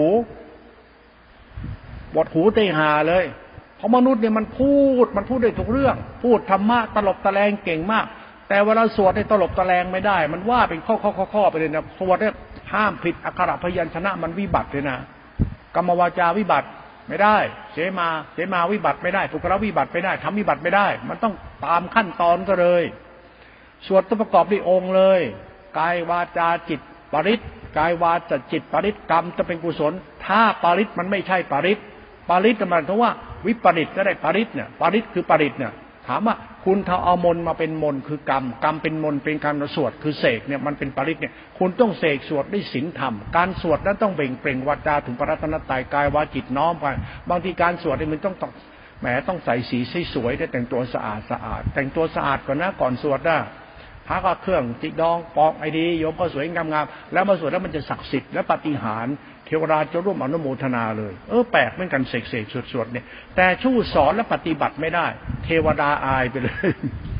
บวดหูเตหาเลยเพราะมนุษย์เนี่ยมันพูดมันพูดได้ทุกเรื่องพูดธรรมะตลบตะแลงเก่งมากแต่เวลาสวดในตลบตะแลงไม่ได้มันว่าเป็นข้อข้อข้อไปเลยนะสวดเนี่ยห้ามผิดอักขระพยัญชนะมันวิบัติเลยนะกรรมวาจาวิบัติไม่ได้เสมาเสมาวิบัติไม่ได้ปุกระวิบัติไม่ได้ทำวิบัติไม่ได้มันต้องตามขั้นตอนก็เลยสวดต้องประกอบด้วยองค์เลยกายวาจาจิตปริตกายวาจาจิตปริตกรรมจะเป็นกุศลถ้าปริตมันไม่ใช่ปริตปริตหมายถึงว่าวิปริตก็ได้ปริตเนี่ยปริตคือปริตเนี่ยถามว่าคุณถ้าเอามนมาเป็นมนคือกรรมกรรมเป็นมนเป็นการสวดคือเสกเนี่ยมันเป็นปริตเนี่ยคุณต้องเสกสวดด้วยศีลธรรมการสวดนั้นต้องเบ่งเปล่งวาจาถึงพระรัตนตรัยกายวาจิตน้อมไปบางทีการสวดเนี่ยมันต้องต้องแหมต้องใส่สีสวยๆได้แต่งตัวสะอาดสะอาดแต่งตัวสะอาดก่อนนะก่อนสวดนะพระก็เครื่องจิกดองปอกไอดีโยมก็สวยงามๆแล้วมาสวดแล้วมันจะศักดิ์สิทธิ์และปาฏิหาริย์เทวดาจะร่วมอนุโมทนาเลยเออแปลกเหมือนกันเสกๆสวดๆเนี่ยแต่ชู้สอนและปฏิบัติไม่ได้เทวดาอายไปเลย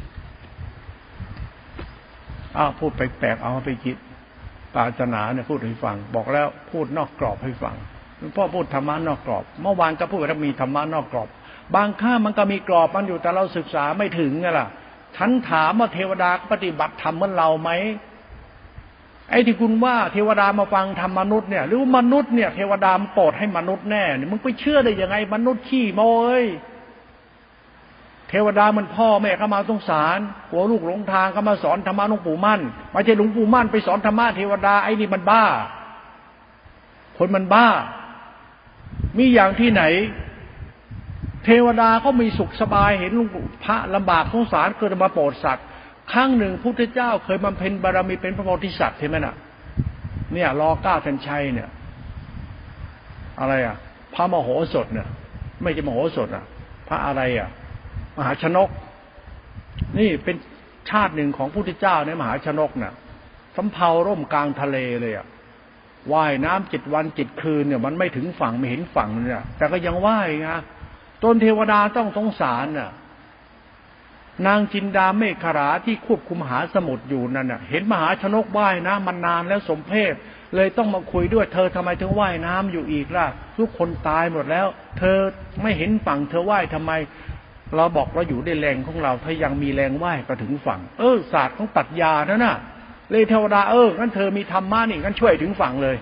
อ้าวพูดแปลกๆเอาไปคิดศาสนาเนี่ยพูดให้ฟังบอกแล้วพูดนอกกรอบให้ฟังหลวงพ่อพูดธรรมะนอกกรอบเมื่อวานก็พูดว่ามีธรรมะนอกกรอบบางข้ามันก็มีกรอบมันอยู่แต่เราศึกษาไม่ถึงไงล่ะฉันถามว่าเทวดาปฏิบัติธรรมเหมือนเราไหมไอ้ที่คุณว่าเทวดามาฟังธรรมมนุษย์เนี่ยหรือมนุษย์เนี่ยเทวดามันโปรดให้มนุษย์แน่เนี่ยมึงไปเชื่อได้ยังไงมนุษย์ขี้โม้เอ้ยเทวดามันพ่อแม่ก็มาสงสารหัวลูกหลงทางก็มาสอนธรรมะหลวงปู่มั่นไม่ใช่หลวงปู่มั่นไปสอนธรรมะเทวดาไอ้นี่มันบ้าคนมันบ้ามีอย่างที่ไหนเทวดาเขามีสุขสบายเห็นหลวงปู่พระลำบากสงสารเกิดมาโปรดสัตว์ครั้งหนึ่งพุทธเจ้าเคยบำเพ็ญบารมีเป็นพระโพธิสัตว์ใช่ไหมน่ะเนี่ยรอเก้าทันชัยเนี่ยอะไรอ่ะพระมโหสถเนี่ยไม่ใช่มโหสถอ่ะพระอะไรอ่ะมหาชนกนี่เป็นชาติหนึ่งของพุทธเจ้าในมหาชนกน่ะสำเภาร่มกลางทะเลเลยอ่ะว่ายน้ำเจ็ดวันเจ็ดคืนเนี่ยมันไม่ถึงฝั่งไม่เห็นฝั่งเนี่ยแต่ก็ยังว่ายไงตนเทวดาต้องสงสารน่ะนางจินดาเมฆราที่ควบคุมมหาสมุทรอยู่นั่นน่ะเห็นมหาชนกว่ายน้ำมันนานแล้วสมเพศเลยต้องมาคุยด้วยเธอทำไมถึงว่ายน้ำอยู่อีกล่ะทุกคนตายหมดแล้วเธอไม่เห็นฝั่งเธอว่ายทำไมเราบอกเราอยู่ในแรงของเราถ้ายังมีแรงว่ายก็ถึงฝั่งเออศาสตร์ของปรัชญานั่นน่ะเลยเทวดาเอองั้นเธอมีธรรมะนี่งั้นช่วยถึงฝั่งเลย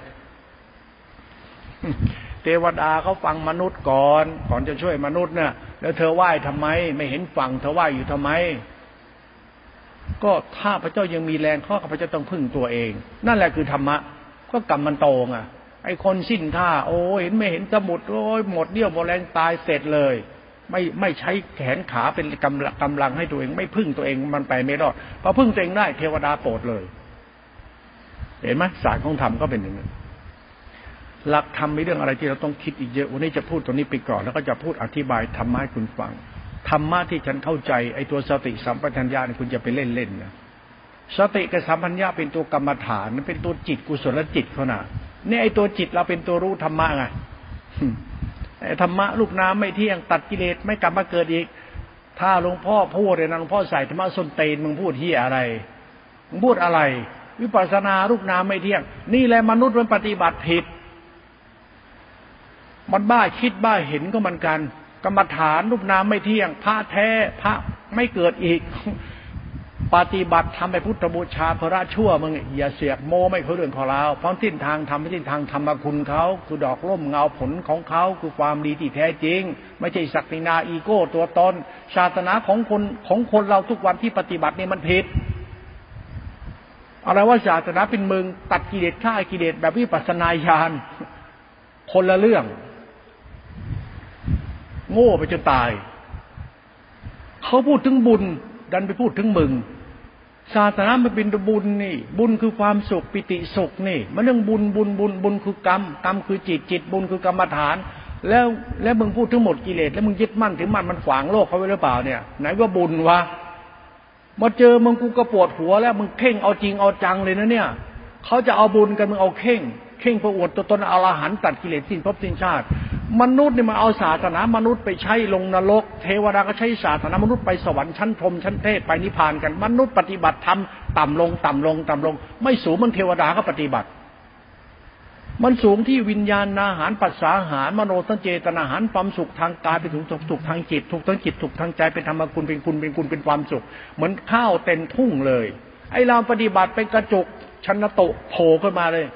เทวดาเขาฟังมนุษย์ก่อนก่อนจะช่วยมนุษย์เนี่ยแล้วเธอไหว้ทำไมไม่เห็นฝั่งเธอไหว้อยู่ทำไมก็ถ้าพระเจ้ายังมีแรงข้อพระเจ้าต้องพึ่งตัวเองนั่นแหละคือธรรมะก็กรรมมันโตไงไอ้คนสิ้นท่าโอ้เห็นไม่เห็นสมุดโอ้ยหมดเดี่ยวหมดแรงตายเสร็จเลยไม่ไม่ใช้แขนขาเป็นกำลังกำลังให้ตัวเองไม่พึ่งตัวเองมันไปไม่รอดพอพึ่งตัวเองได้เทวดาโปรดเลยเห็นไหมศาสตร์ของธรรมก็เป็นอย่างนั้นหลักธรรมมีเรื่องอะไรที่เราต้องคิดอีกเยอะวันนี้จะพูดตัวนี้ไปก่อนแล้วก็จะพูดอธิบายธรรมะให้คุณฟังธรรมะที่ฉันเข้าใจไอ้ตัวสติสัมปชัญญะนี่คุณจะไปเล่นเล่นนะสติกับสัมปชัญญะเป็นตัวกรรมฐานเป็นตัวจิตกุศลจิตเขาน่ะนี่ไอ้ตัวจิตเราเป็นตัวรู้ธรรมะไงไอ้ธรรมะลูกน้ำไม่เที่ยงตัดกิเลสไม่กลับมาเกิดอีกถ้าหลวงพ่อพูดเลยนะหลวงพ่อใส่ธรรมะส้นเตนมึงพูดเหี้ยอะไรมึงพูดอะไรวิปัสสนาลูกน้ำไม่เที่ยงนี่แหละมนุษย์มันปฏิบัติผิดมันบ้าคิดบ้าเห็นก็มันกันกรรมฐานรูปนามไม่เที่ยงพระแท้พระไม่เกิดอีกปฏิบัติทำไปพุทธบูชาพระชั่วมึงอย่าเสียกโมไม่เขาเรื่องของเราเพราะทิ้นทางทำไม่ทิ้นทางธรรมคุณเขาคือดอกร่มเงาผลของเขาคือความดีที่แท้จริงไม่ใช่ศักดินาอีโก้ตัวตนศาสนาของคนของคนเราทุกวันที่ปฏิบัตินี่มันผิดอะไรว่าศาสนาเป็นมึงตัดกิเลสฆ่ากิเลสแบบวิปัสสนาญาณคนละเรื่องโง่ไปจนตายเขาพูดถึงบุญดันไปพูดถึงมึงศาสนามันเป็นบุญนี่บุญคือความสุขปิติสุขนี่มันเรื่องบุญบุญบุญบุญคือกรรมกรรมคือจิตจิตบุญคือกรรมฐานแล้วแล้วมึงพูดถึงหมดกิเลสแล้วมึงยึดมั่นถึงมันมันขวางโลกเขาไว้หรือเปล่าเนี่ยไหนว่าบุญวะมาเจอมึงกูก็ปวดหัวแล้วมึงเข่งเอาจริงเอาจังเลยนะเนี่ยเขาจะเอาบุญกันมึงเอาเข่งเข่งประอวดตัวตนอรหันต์ตัดกิเลสสิ้นภพสิ้นชาติมนุษย์เนี่ยมาเอาศาสนามนุษย์ไปใช้ลงนรกเทวดาก็ใช้ศาสนามนุษย์ไปสวรรค์ชั้นพรหมชั้นเทพไปนิพพานกันมนุษย์ปฏิบัติธรรมต่ำลงต่ำลงต่ำลงไม่สูงเหมือนเทวดาก็ปฏิบัติมันสูงที่วิญญาณอาหารปัสสาหารมโนสัญเจตนาหารความสุขทางกายไปถึงสุขทางจิตทุกทางจิตทุกทางใจเป็นธรรมคุณเป็นคุณเป็นคุณเป็นความสุขเหมือนข้าวเต็มทุ่งเลยไอ้เราปฏิบัติเป็นกระจุกชันโตโผล่ขึ้นมาเลย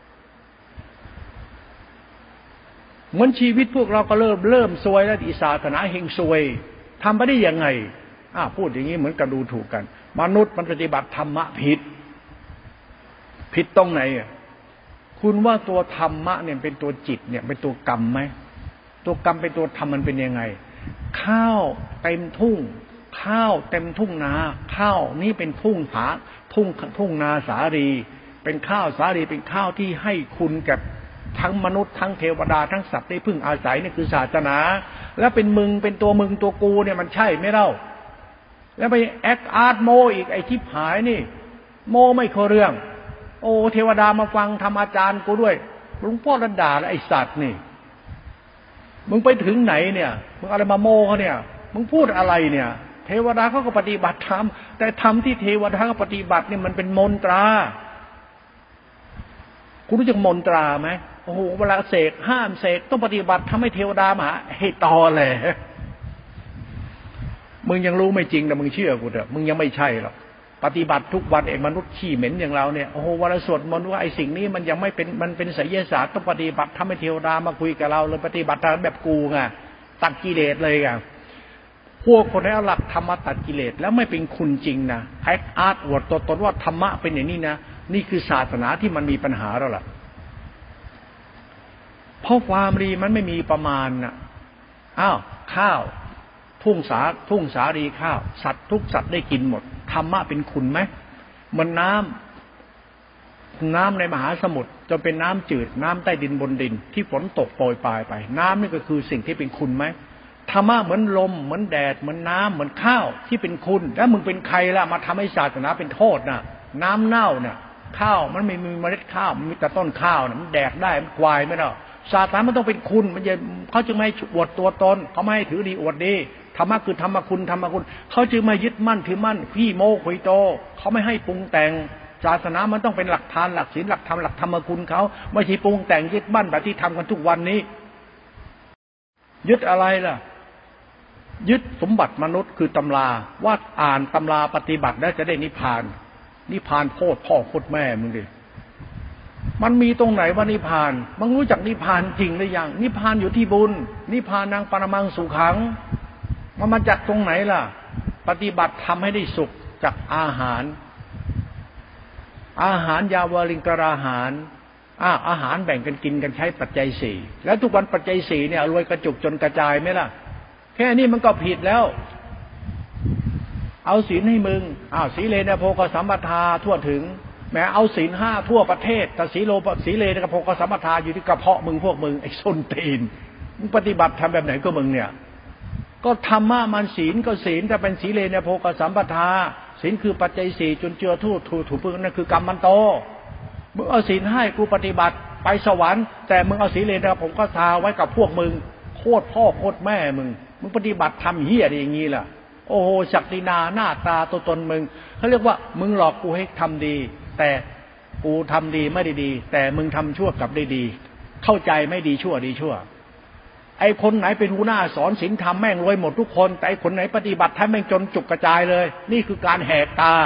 เหมือนชีวิตพวกเราก็เริ่มเริ่มซวยแล้วอิศาสนาเฮงซวยทำไปได้ยังไงอ้าพูดอย่างนี้เหมือนกับดูถูกกันมนุษย์มันปฏิบัติธรรมะผิดผิดตรงไหนอ่ะคุณว่าตัวธรรมะเนี่ยเป็นตัวจิตเนี่ยเป็นตัวกรรมไหมตัวกรรมเป็นตัวธรรมมันเป็นยังไงข้าวเต็มทุ่งข้าวเต็มทุ่งนาข้าวนี้เป็นทุ่งหาทุ่งทุ่งนาสาลีเป็นข้าวสาลีเป็นข้าวที่ให้คุณกับทั้งมนุษย์ทั้งเทวดาทั้งสัตว์ได้พึ่งอาศัยนี่คือศาสนาแล้วเป็นมึงเป็นตัวมึงตัวกูเนี่ยมันใช่ไหมเล่าแล้วไปแอคอาร์ตโมอีกไอ้ทิพหายนี่โมไม่เข้าเรื่องโอ้เทวดามาฟังทำอาจารย์กูด้วยหลวงพ่อระดาและไอ้สัตว์นี่มึงไปถึงไหนเนี่ยมึงอะไรมาโมเขาเนี่ยมึงพูดอะไรเนี่ยเทวดาเขาก็ปฏิบัติธรรมแต่ธรรมที่เทวดาเขาปฏิบัติเนี่ยมันเป็นมนตราคุณรู้จักมนตราไหมโอ้โหเวลาเสกห้ามเสกต้องปฏิบัติทำให้เทวดามาให้ตอเลยมึงยังรู้ไม่จริงแต่มึงเชื่อกูเถอะมึงยังไม่ใช่หรอกปฏิบัติทุกวันเองมนุษย์ขี้เหม็นอย่างเราเนี่ยโอ้โหวันสวดมนต์ว่าไอ้สิ่งนี้มันยังไม่เป็นมันเป็นไสยศาสตร์ต้องปฏิบัติทำให้เทวดามาคุยกับเราเลยปฏิบัติตามแบบกูไงตัดกิเลสเลยไงพวกคนที่เอาหลักธรรมะตัดกิเลสแล้วไม่เป็นคุณจริงนะแอคอาร์ตอวดตัวตนว่าธรรมะเป็นอย่างนี้นะนี่คือศาสนาที่มันมีปัญหาแล้วล่ะเพราะความดีมันไม่มีประมาณนะอ้าวข้าวทุ่งสาทุ่งสาลีข้าวสัตว์ทุกสัตว์ได้กินหมดธรรมะเป็นคุณไหมมันน้ำน้ำในมหาสมุทรจนเป็นน้ำจืดน้ำใต้ดินบนดินที่ฝนตกโปรยปลายไปน้ำนี่ก็คือสิ่งที่เป็นคุณไหมธรรมะเหมือนลมเหมือนแดดเหมือนน้ำเหมือนข้าวที่เป็นคุณแล้วมึงเป็นใครล่ะมาทำให้ศาสนาเป็นโทษนะน้ำเน่าเนี่ยข้าวมันไม่มีเมล็ดข้าวมันมีแต่ต้นข้าวนะมันแดกได้มันควายไม่ได้ศาสนามันต้องเป็นคุณมันจะเขาจึงไม่ให้อวดตัวตนเขาไม่ให้ถือดีอวดดีธรรมะคือธรรมคุณธรรมคุณเขาจึงมายึดมั่นถือมั่นขี้โม้คุยโตเขาไม่ให้ปรุงแต่งศาสนามันต้องเป็นหลักทานหลักศีลหลักธรรมหลักธรรมคุณเขาไม่ใช่ปรุงแต่งยึดมั่นแบบที่ทำกันทุกวันนี้ยึดอะไรล่ะยึดสมบัติมนุษย์คือตำราว่าอ่านตำราปฏิบัติแล้วจะได้นิพพานนิพพานโคตรพ่อโคตรแม่มึงดิมันมีตรงไหนว่านิพพานมึงรู้จักนิพพานจริงหรือยังนิพพานอยู่ที่บุญนิพพานังปรมังสุขังมันมาจากตรงไหนล่ะปฏิบัติทำให้ได้สุขจากอาหารอาหารยาวลิงกราหารอ่าอาหารแบ่งกันกินกันใช้ปัจจัยสี่แล้วทุกวันปัจจัยสี่เนี่ยรวยกระจุกจนกระจายไหมล่ะแค่นี้มันก็ผิดแล้วเอาศีลให้มึงอ้าวศีเลนะโภคสัมปทาทั่วถึงแม้เอาศีลห้าทั่วประเทศแต่ศีโลศีเลนะโภคสัมปทาอยู่ที่กระเพาะมึงพวกมึงไอ้ส้นตีนมึงปฏิบัติทำแบบไหนก็มึงเนี่ยก็ธรรมะมันศีลก็ศีลแต่เป็นศีเลนะโภคสัมปทาศีลคือปัจจัยสี่จนเจือทูตถูถูพึ่งนั่นคือกรรมมันโตมึงเอาศีลให้กูปฏิบัติไปสวรรค์แต่มึงเอาศีเลนะโภคสัมปทาไว้กับพวกมึงโคตรพ่อโคตรแม่มึงมึงปฏิบัติทำเหี้ยอะไรอย่างงี้ล่ะโอ้โหศักดินาหน้าตาตัวตนมึงเขาเรียกว่ามึงหลอกกูให้ทำดีแต่กูทำดีไม่ได้ดีแต่มึงทำชั่วกลับได้ดีเข้าใจไม่ดีชั่วดีชั่วไอ้คนไหนเป็นหัวหน้าสอนศีลธรรมแม่งรวยหมดทุกคนแต่ไอ้คนไหนปฏิบัติให้แม่งจนจุกกระจายเลยนี่คือการแหกตา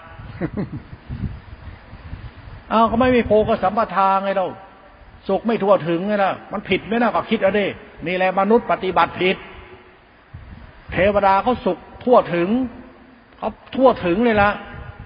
อ้าวก็ไม่มีโภคสัมปทาไงเราสุขไม่ทั่วถึงไงล่ะมันผิดไหมนะก็คิดเอาดินี่แหละมนุษย์ปฏิบัติผิดเทวดาเขาสุขทั่วถึงเขาทั่วถึงเลยละ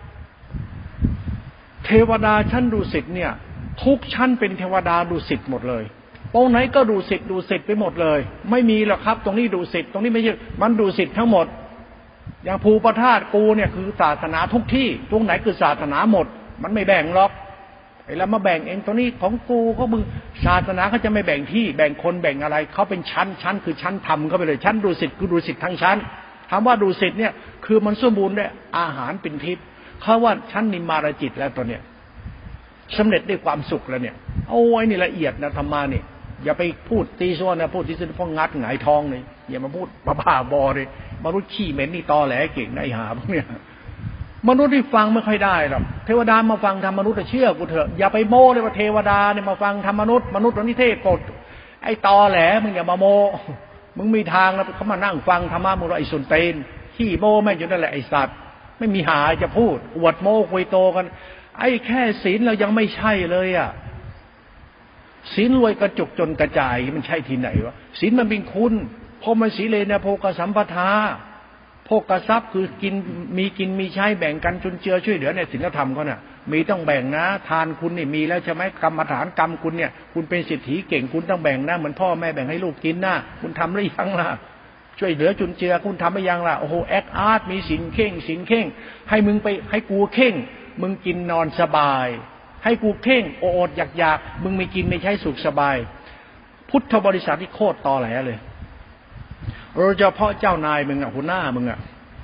เทวดาชั้นดุสิตเนี่ยทุกชั้นเป็นเทวดาดุสิตหมดเลยตรงไหนก็ดุสิตดุสิตไปหมดเลยไม่มีหรอกครับตรงนี้ดุสิตตรงนี้ไม่ใช่มันดุสิตทั้งหมดอย่างภูปทาสกูเนี่ยคือศาสนาทุกที่ตรงไหนคือศาสนาหมดมันไม่แบ่งหรอกไอ้แล้วมาแบ่งเองตรงนี้ของกูก็มึงศาสนาเขาจะไม่แบ่งที่แบ่งคนแบ่งอะไรเขาเป็นชั้นชั้นคือชั้นธรรมเข้าไปเลยชั้นดุสิตคือดุสิตทั้งชั้นคำว่าดุสิตเนี่ยคือมันสมบูรณ์ด้วยอาหารเป็นทิพย์เขาว่าชั้นนิมมารจิตแล้วตัวเนี้ยสำเร็จด้วยความสุขแล้วเนี่ยโอ้ยนี่ละเอียดนะธรรมะนี่อย่าไปพูดตีซ้อนนะพูดที่สุดพองัดหงายท้องเลยอย่ามาพูดบ้าบอเลยมนุษย์ขี้เหม็นนี่ตอแหลเก่งได้หาพวกเนี่ยมนุษย์ที่ฟังไม่ค่อยได้หรอกเทวดามาฟังธรรมมนุษย์เชื่อกูเถอะอย่าไปโม้เลยว่าเทวดาเนี่ยมาฟังธรรมมนุษย์มนุษย์ตอนนี้เทศกดไอ้ตอแหลมึงอย่ามาโม้มึงมีทางแล้วเขามานั่งฟังธรรมะมึงไอ้สุนเตนขี้โม้แม่งอยู่นั่นแหละไอ้สัตว์ไม่มีหาจะพูดอวดโม้คุยโตกันไอ้แค่ศีลเรายังไม่ใช่เลยอ่ะศีลรวยกระจุกจนกระจายมันใช่ที่ไหนวะศีลมันเป็นคุณพอมันศีเลนะโภคสัมปทาโภคทรัพย์คือกินมีกินมีใช้แบ่งกันจุนเจือช่วยเหลือในศีลธรรมเขาน่ะมีต้องแบ่งนะทานคุณนี่มีแล้วใช่ไหมกรรมฐานกรรมคุณเนี่ยคุณเป็นเศรษฐีเก่งคุณต้องแบ่งนะเหมือนพ่อแม่แบ่งให้ลูกกินนะคุณทำหรือยังล่ะช่วยเหลือจุนเจือคุณทำหรือยังล่ะโอ้โหแอคอาร์ตมีศีลเข่งศีลเข่งให้มึงไปให้กูเข่งมึงกินนอนสบายให้กูเข่งโอดอยากอยากมึงไม่กินไม่ใช้สุขสบายพุทธบริษัทที่โคตรตอแหลเลยโดยเฉพาะเจ้านายมึงอ่ะหัวหน้ามึงอ่ะ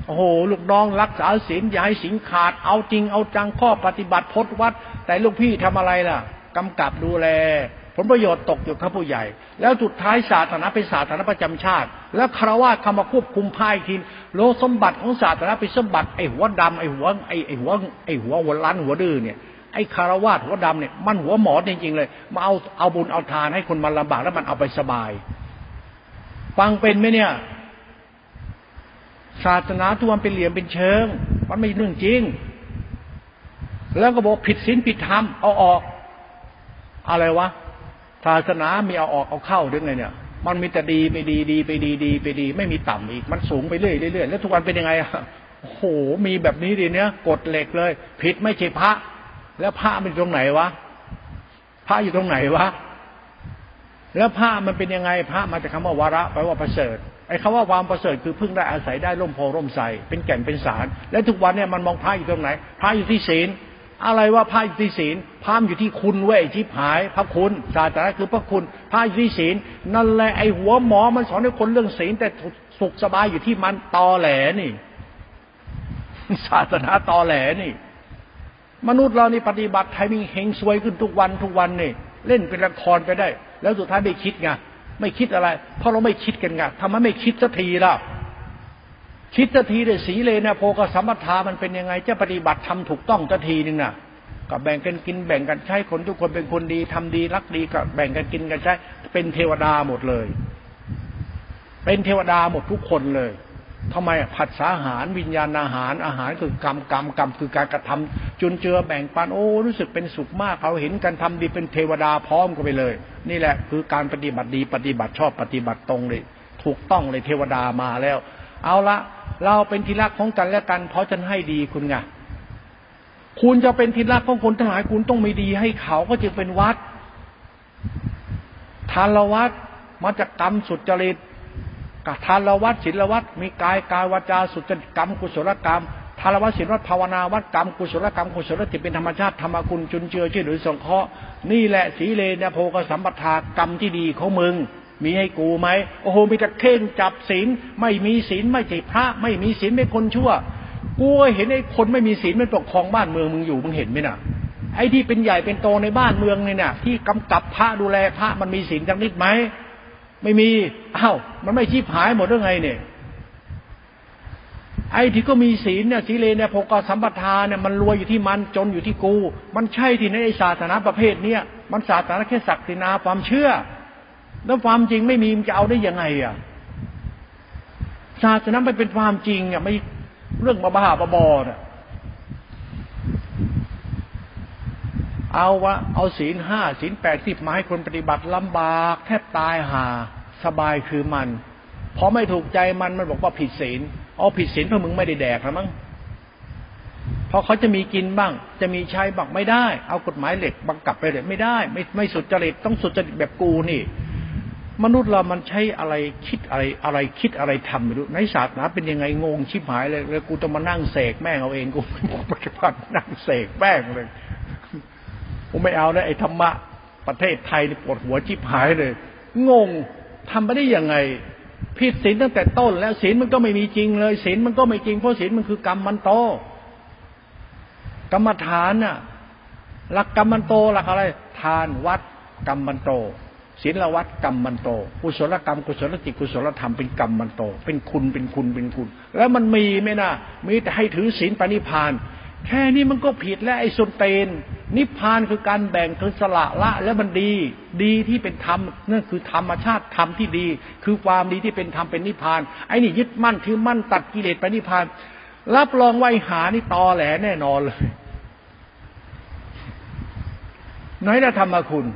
โอ้โหลูกน้องรักษาศีลอย่าให้ศีลขาดเอาจริงเอาจังข้อปฏิบัติพจน์วัดแต่ลูกพี่ทำอะไรล่ะกำกับดูแลผลประโยชน์ตกอยู่กับผู้ใหญ่แล้วสุดท้ายศาสนาเป็นศาสนาประจำชาติแล้วคารวะเข้ามาควบคุมภายทีโลสมบัติของศาสนาเป็นสมบัติไอ้หัวดำไอ้หัวไอ้ไอ้หัวไอ้หัวหัวล้านหัวดื้อเนี่ยไอ้คารวะหัวดำเนี่ยมันหัวหมอจริงๆเลยมาเอาเอาบุญเอาทานให้คนมาลำบากแล้วมันเอาไปสบายฟังเป็นไหมเนี่ยศาสนาทุกวันเป็นเหลี่ยมเป็นเชิงมันไม่เรื่องจริงแล้วก็บอกผิดศีลผิดธรรมเอาออกอะไรวะศาสนามีเอาออกเอาเข้าด้วยไงเนี่ยมันมีแต่ดีไปดีดีไปดีดีไปดีไม่มีต่ำอีกมันสูงไปเรื่อยเรื่อยแล้วทุกวันเป็นยังไงอ่ะโอ้โหมีแบบนี้ดิเนี่ยกดเหล็กเลยผิดไม่ใช่พระแล้วพระมันอยู่ตรงไหนวะพระอยู่ตรงไหนวะแล้วพระมันเป็นยังไงพระมาจากคำว่าวาระแปลว่าประเสริฐไอ้คำว่าความประเสริฐคือพึ่งได้อาศัยได้ร่มโพร่มไทรเป็นแก่นเป็นสารและทุกวันเนี่ยมันมองพระอยู่ตรงไหนพระอยู่ที่ศีลอะไรว่าพระอยู่ที่ศีลพระอยู่ที่คุณเว้ยชิบหายพระคุณศาสนาคือพระคุณพระอยู่ที่ศีลนั่นแหละไอ้หัวหมอมันสอนให้คนเรื่องศีลแต่สุขสบายอยู่ที่มันตอแหลนี่ศาสนาตอแหลนี่มนุษย์เรานี่ปฏิบัติไทยมีเฮงซวยขึ้นทุกวันทุกวันนี่เล่นเป็นละครไปได้แล้วสุดท้ายไม่คิดไงไม่คิดอะไรเพราะเราไม่คิดกันไงทำไมไม่คิดสักทีล่ะคิดสักทีเลยสีเลนะโพกสัมปทามันเป็นยังไงจะปฏิบัติทำถูกต้องสักทีนึงน่ะก็แบ่งกันกินแบ่งกันใช้คนทุกคนเป็นคนดีทำดีรักดีก็แบ่งกันกินกันใช้เป็นเทวดาหมดเลยเป็นเทวดาหมดทุกคนเลยทำไมผัสสะอาหารวิญญาณอาหารอาหารคือกรรมกรรมกรรมคือการกระทำจุนเจือแบ่งปันโอ้รู้สึกเป็นสุขมากเขาเห็นกันทำดีเป็นเทวดาพร้อมกันไปเลยนี่แหละคือการปฏิบัติดีปฏิบัติชอบปฏิบัติตรงเลยถูกต้องเลยเทวดามาแล้วเอาละเราเป็นที่รักของกันและกันเพราะฉันให้ดีคุณไงคุณจะเป็นที่รักของคนทั้งหลายคุณต้องมีดีให้เขาก็จึงเป็นวัดทานละวัดมาจากกรรมสุจริตกับทานละวัดศีลวัดมีกายกายวาจาสุจริตกรรมกุศลกรรมทานละวัดศีลวัดภาวนาวัดกรรมกุศลกรรมกุศลจิตเป็นธรรมชาติธรรมกุลจุนเจือช่วยเหลือสงเคราะห์นี่แหละสีเลนะโพกสัมปทากรรมที่ดีของมึงมีให้กูไหมโอ้โหมีแต่เข่งจับศีลไม่มีศีลไม่ใช่พระไม่มีศีลเป็นคนชั่วกูเห็นไอ้คนไม่มีศีลมันปกครองบ้านเมืองมึงอยู่มึงเห็นไหมน่ะไอ้ที่เป็นใหญ่เป็นโตในบ้านเมืองเนี่ยน่ะที่กำกับพระดูแลพระมันมีศีลจังนิดไหมไม่มีอ้าวมันไม่ชีพหายหมดหรือไงเนี่ยไอ้ที่ก็มีศีลเนี่ยศีเลเนี่ยโภกสัมปทาเนี่ยมันรวยอยู่ที่มันจนอยู่ที่กูมันใช่ที่ในไอ้ศาสนาประเภทเนี้ยมันศาสนาแค่ศักดินาความเชื่อแล้วความจริงไม่มีมันจะเอาได้ยังไงอ่ะศาสนาไม่เป็นความจริงอ่ะไม่เรื่องบ้าๆบอๆน่ะเอาวะเอาศีลห้าศีลแปดสิบมาให้คนปฏิบัติลำบากแทบตายห่าสบายคือมันพอไม่ถูกใจมันมันบอกว่าผิดศีลเอาผิดศีลเพราะมึงไม่ได้แดกหรอมั้งพอเขาจะมีกินบ้างจะมีใช้บ้างไม่ได้เอากฎหมายเหล็กบังคับไปเลยไม่ได้ไม่ไม่สุจริตต้องสุจริตแบบกูนี่มนุษย์เรามันใช้อะไรคิดอะไรอะไรคิดอะไรทำไม่รู้ในศาสนาเป็นยังไงงงชิบหายเลยแล้วกูต้องมานั่งเสกแม่งเอาเองกูปฏิบัตินั่งเสกแม่งเลยผมไม่เอานะไอ้ธรรมะประเทศไทยนี่ปวดหัวชิบหายเลยงงทำไปได้ยังไงผิดศีลตั้งแต่ต้นแล้วศีลมันก็ไม่มีจริงเลยศีลมันก็ไม่จริงเพราะศีลมันคือกรรมมันโตกรรมฐานน่ะหลักกรรมมันโตหลักอะไรทานวัดกรรมมันโตศีลวัดกรรมมันโตกุศลกรรมกุศลจิตกุศลธรรมเป็นกรรมมันโตเป็นคุณเป็นคุณเป็นคุณแล้วมันมีไหมนะมีแต่ให้ถือศีลปณิพานแค่นี้มันก็ผิดแล้วไอ้สุนเตนนิพพานคือการแบ่งคือสละละแล้วมันดีดีที่เป็นธรรมนั่นคือธรรมชาติธรรมที่ดีคือความดีที่เป็นธรรมเป็นนิพพานไอ้นี่ยึดมั่นถือมั่นตัดกิเลสไปนิพพานรับรองไว้หานี่ตอแหลแน่นอนเลยไหนละธรรมคุณ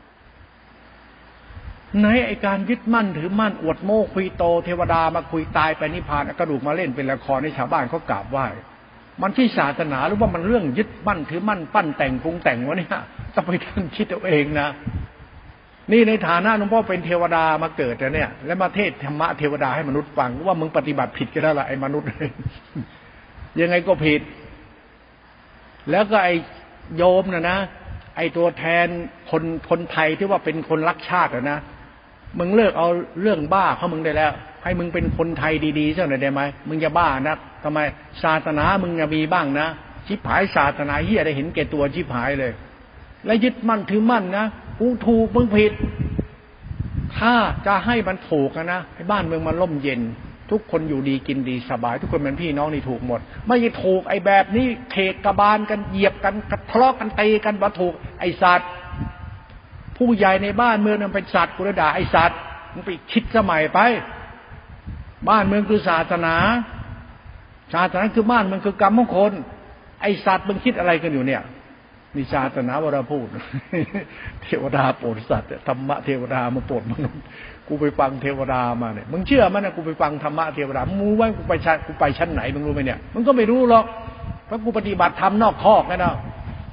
ไหนไอ้การยึดมั่นถือมั่นอวดโม้คุยโตเทวดามาคุยตายไปนิพพานกระดูกมาเล่นเป็นละครให้ชาวบ้านเขากราบไหว้มันที่ศาสนาหรือว่ามันเรื่องยึดมั่นถือมั่นปั้นแต่งปรุงแต่งวะเนี่ยต้องไปท่านคิดเอาเองนะนี่ในฐานะหลวงพ่อเป็นเทวดามาเกิดแต่เนี่ยแล้วมาเทศธรรมะเทวดาให้มนุษย์ฟังว่ามึงปฏิบัติผิดกันแล้วล่ะไอ้มนุษย์ยังไงก็ผิดแล้วก็ไอ้โยมนะนะไอ้ตัวแทนคนคนไทยที่ว่าเป็นคนรักชาตินะมึงเลิกเอาเรื่องบ้าเขามึงได้แล้วให้มึงเป็นคนไทยดีๆซะหน่อยได้ไหมมึงจะบ้านะทำไมศาสนามึงจะมีบ้างนะชิบหายศาสนาเหี้ยได้เห็นแก่ตัวชิบหายเลยและยึดมั่นถือมั่นนะกูถูกมึงผิดถ้าจะให้มันถูกนะให้บ้านเมืองมันร่มเย็นทุกคนอยู่ดีกินดีสบายทุกคนเป็นพี่น้องนี่ถูกหมดไม่ใช่ถูกไอ้แบบนี้เขกกระบาลกันเหยียบกันทะเลาะกันตีกันว่าถูกไอ้สัตว์ผู้ใหญ่ในบ้านเมืองมันเป็นสัตว์กูจะด่าไอ้สัตว์มึงไปคิดสมัยไปบ้านเมืองคือศาสนาศาสนาคือบ้านเมืองคือกรรมของคนไอ้สัตว์มึงคิดอะไรกันอยู่เนี่ยมีศาสนาวรพูดเทวดาโปรดสัตว์ธรรมะเทวดามาโปรดมนุษย์กูไปฟังเทวดามาเนี่ยมึงเชื่อมั้ยนะกูไปฟังธรรมะเทวดามึงรู้ไหมกูไปชั้นกูไปชั้นไหนมึงรู้ไหมเนี่ยมึงก็ไม่รู้หรอกเพราะกูปฏิบัติธรรมนอกคอกนะเนาะ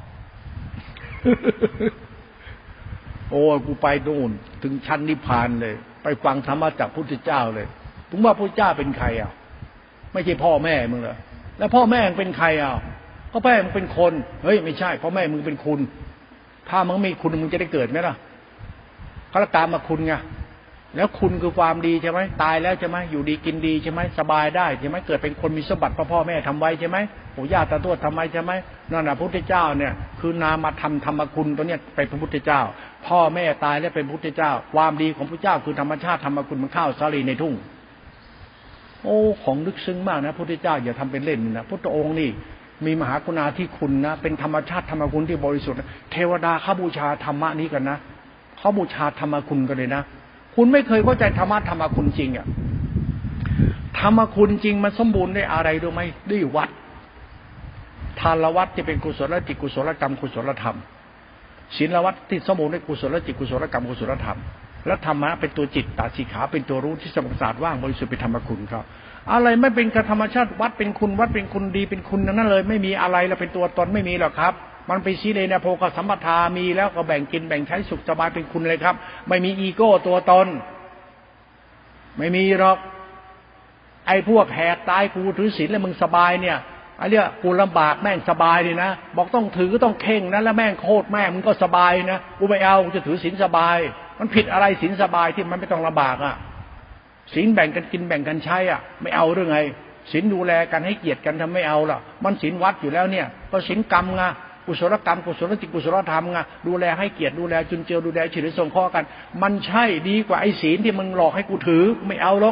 โอ้กูไปนู่นถึงชั้นนิพพานเลยไปฟังธรรมะจากพุทธเจ้าเลยถึงว่าพุทธเจ้าเป็นใครอ่ะไม่ใช่พ่อแม่มึงเหรอแล้วพ่อแม่มึงเป็นใครอ่ะก็แม่มึงเป็นคนเฮ้ยไม่ใช่พ่อแม่มึงเป็นคุณถ้ามึงมีคุณมึงจะได้เกิดไหมล่ะเขาตามมาคุณไงแล้วคุณคือความดีใช่ไหมตายแล้วใช่ไหมอยู่ดีกินดีใช่ไหมสบายได้ใช่ไหมเกิดเป็นคนมีสมบัติพ่อพ่อแม่ทำไว้ใช่ไหมปู่ย่าตาทวดทำไว้ใช่ไหมนั่นน่ะพระพุทธเจ้าเนี่ยคือนามธรรมธรรมคุณตัวเนี้ยเป็นพระพุทธเจ้าพ่อแม่ตายแล้วเป็นพระพุทธเจ้าความดีของพระเจ้าคือธรรมชาติธรรมคุณมันข้าวสาลีในทุ่งโอ้ของลึกซึ้งมากนะพระพุทธเจ้าอย่าทำเป็นเล่นนะพุทธองค์นี่มีมหากรุณาธิคุณนะเป็นธรรมชาติธรรมคุณที่บริสุทธิ์เทวดาเขาบูชาธรรมะนี้กันนะเขาบูชาธรรมคุณกันเลยนะคุณไม่เคยเข้าใจธรรมะธรรมคุณจริงอ่ะธรรมคุณจริงมันสมบูรณ์ได้อะไรรู้ไหมด้วยวัดทานวัดที่เป็นกุศลจิตกุศลกรรมกุศลธรรมศีลวัดที่สมบูรณ์ด้วยกุศลจิตกุศลกรรมกุศลธรรมและธรรมะเป็นตัวจิตตาสีขาเป็นตัวรู้ที่สมบูรณ์ศาสตร์ว่างบริสุทธิ์เป็นธรรมคุณครับอะไรไม่เป็นธรรมชาติวัดเป็นคุณวัดเป็นคุณดีเป็นคุณนั่นเลยไม่มีอะไรแล้วเป็นตัวตนไม่มีหรอกครับมันเป็นสีเลนะโภคสัมปทามีแล้วก็แบ่งกินแบ่งใช้สุขสบายเป็นคุณเลยครับไม่มีอีโก้ตัวตนไม่มีหรอกไอ้พวกแหกตายกูถือศีลแล้วมึงสบายเนี่ยไอ้เรื่องกูลำบากแม่งสบายเลยนะบอกต้องถือต้องเข่งนะแล้วแม่งโคตรแม่มึงก็สบายนะกูไม่เอากูจะถือศีลสบายมันผิดอะไรศีลสบายที่มันไม่ต้องลำบากอ่ะศีลแบ่งกันกินแบ่งกันใช้อ่ะไม่เอาเรื่องไงศีลดูแลกันให้เกียรติกันทำไม่เอาล่ะมันศีลวัดอยู่แล้วเนี่ยก็ศีลกรรมไงกุศลกรรมกุศลจิตกุศลธรรมไงดูแลให้เกียรติดูแลจุนเจือดูแลฉีดส่งข้อกันมันใช่ดีกว่าไอ้ศีลที่มึงหลอกให้กูถือไม่เอาหรอก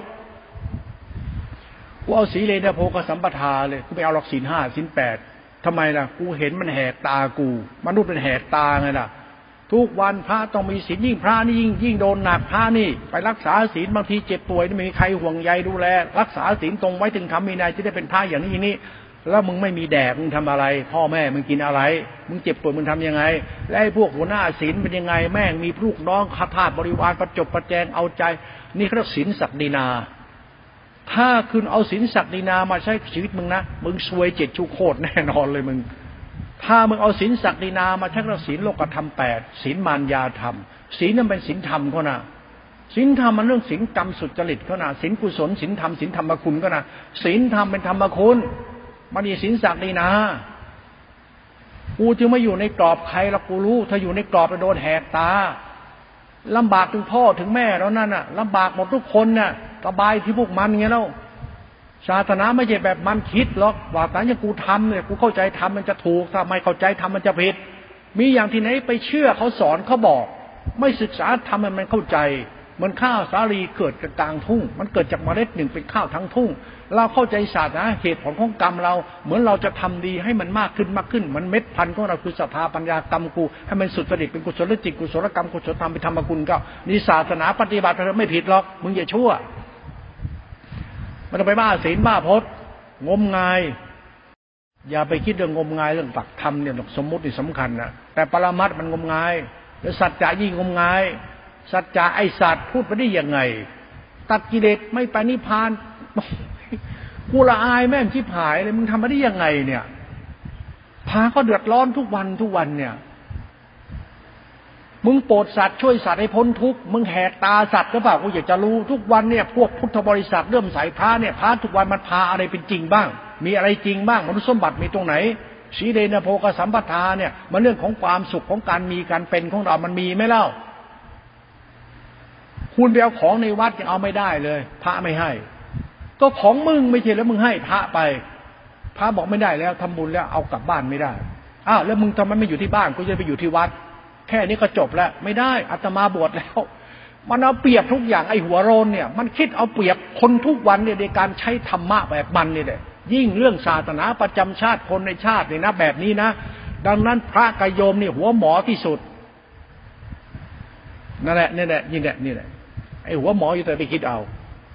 กูเอาศีเลนะโภคสัมปทาเลยกูไม่เอาหรอกศีลห้าศีลแปดทำไมล่ะกูเห็นมันแหกตากูมนุษย์เป็นแหกตาไงล่ะทุกวันพระต้องมีศีลยิ่งพระนี่ยิ่งยิ่งโดนหนักพระนี่ไปรักษาศีลบางทีเจ็บป่วยไม่มีใครห่วงใยดูแลรักษาศีลตรงไว้ถึงทำมีนายจะได้เป็นพระอย่างนี้อย่างนี้แล้วมึงไม่มีแดกมึงทำอะไรพ่อแม่มึงกินอะไรมึงเจ็บป่วยมึงทำยังไงและไอ้พวกหัวหน้าศีลเป็นยังไงแม่งมีลูกน้องข้าทาสบริวารประจบประแจงเอาใจนี่เขาเรียกศีลศักดินาถ้าคุณเอาศีลศักดินามาใช้ชีวิตมึงนะมึงซวยเจ็ดชูโคตรแน่นอนเลยมึงถ้ามึงเอาศีลศักดินามาใช้กับศีลโลกธรรมแปดศีลมารยาธรรมศีลนั้นเป็นศีลธรรมเขานะศีลธรรมมันเรื่องศีลกรรมสุจริตเขานะศีลกุศลศีลธรรมศีลธรรมคุณเขานะศีลธรรมเป็นธรรมคุณมันมีศีลศักดินากูจึงไม่อยู่ในกรอบใครละกูรู้ถ้าอยู่ในกรอบไปโดนแหกตาลำบากถึงพ่อถึงแม่แล้วนั่นน่ะลำบากหมดทุกคนน่ะสบายที่พวกมันไงแล้วศาสนาไม่ใช่แบบมันคิดหรอกว่าแต่อย่างกูทำเนี่ยกูเข้าใจทำมันจะถูกถ้าไม่เข้าใจทำมันจะผิดมีอย่างที่ไหนไปเชื่อเขาสอนเขาบอกไม่ศึกษาทำมันมันเข้าใจเหมือนข้าวสาลีเกิดกลางทุ่งมันเกิดจากเมล็ดหนึ่งเป็นข้าวทั้งทุ่งเราเข้าใจศาสตร์นะเหตุผลของกรรมเราเหมือนเราจะทำดีให้มันมากขึ้นมากขึ้นมันเม็ดพันธุ์ของเราคือศรัทธาปัญญากรรมกูให้มันสุดประดิษฐ์เป็นกุศลจิตกุศลกรรมกุศลธรรมเป็นธรรมคุณก็นี่ศาสนาปฏิบัติเราไม่ผิดหรอกมึงอย่าชั่วมันจะไปบ้าศีลบ้าพจน์งมงายอย่าไปคิดเรื่องงมงายเรื่องตักธรรมเนี่ยสมมุตินี่สำคัญนะแต่ปรมัตถ์มันงมงายแล้วสัจจะยิ่งงมงายสัจจะไอสัตว์พูดไปได้ยังไงตัดกิเลสไม่ไปนิพพานกูละอายแม่งชิบหายเลยมึงทำมาได้ยังไงเนี่ยพาเขาเดือดร้อนทุกวันทุกวันเนี่ยมึงโปรดสัตว์ช่วยสัตว์ให้พ้นทุกข์มึงแหกตาสัตว์หรือเปล่ากูอยากจะรู้ทุกวันเนี่ยพวกพุทธบริษัทเริ่มใส่พระเนี่ยพระทุกวันมันพาอะไรเป็นจริงบ้างมีอะไรจริงบ้างมนุษย์สมบัติมีตรงไหนสีเลนะโภคสัมปทาเนี่ยมันเรื่องของความสุขของการมีการเป็นของเรามันมีไหมเล่าคคุณไปเอาของในวัดยังเอาไม่ได้เลยพระไม่ให้ก็ของมึงไม่ใช่แล้วมึงให้พระไปพระบอกไม่ได้แล้วทำบุญแล้วเอากลับบ้านไม่ได้อ้าวแล้วมึงทำไมไม่อยู่ที่บ้านกูจะไปอยู่ที่วัดแค่นี้ก็จบแล้วไม่ได้อาตมาบวชแล้วมันเอาเปรียบทุกอย่างไอ้หัวโรนเนี่ยมันคิดเอาเปรียบคนทุกวันเนี่ยในการใช้ธรรมะแบบมันนี่แหละยิ่งเรื่องศาสนาประจำชาติคนในชาติเนี่ยนะแบบนี้นะดังนั้นพระกโยมเนี่ยหัวหมอที่สุดนั่นแหละนี่แหละนี่แหละนี่แหละไอ้หัวหมออยู่แต่ไปคิดเอา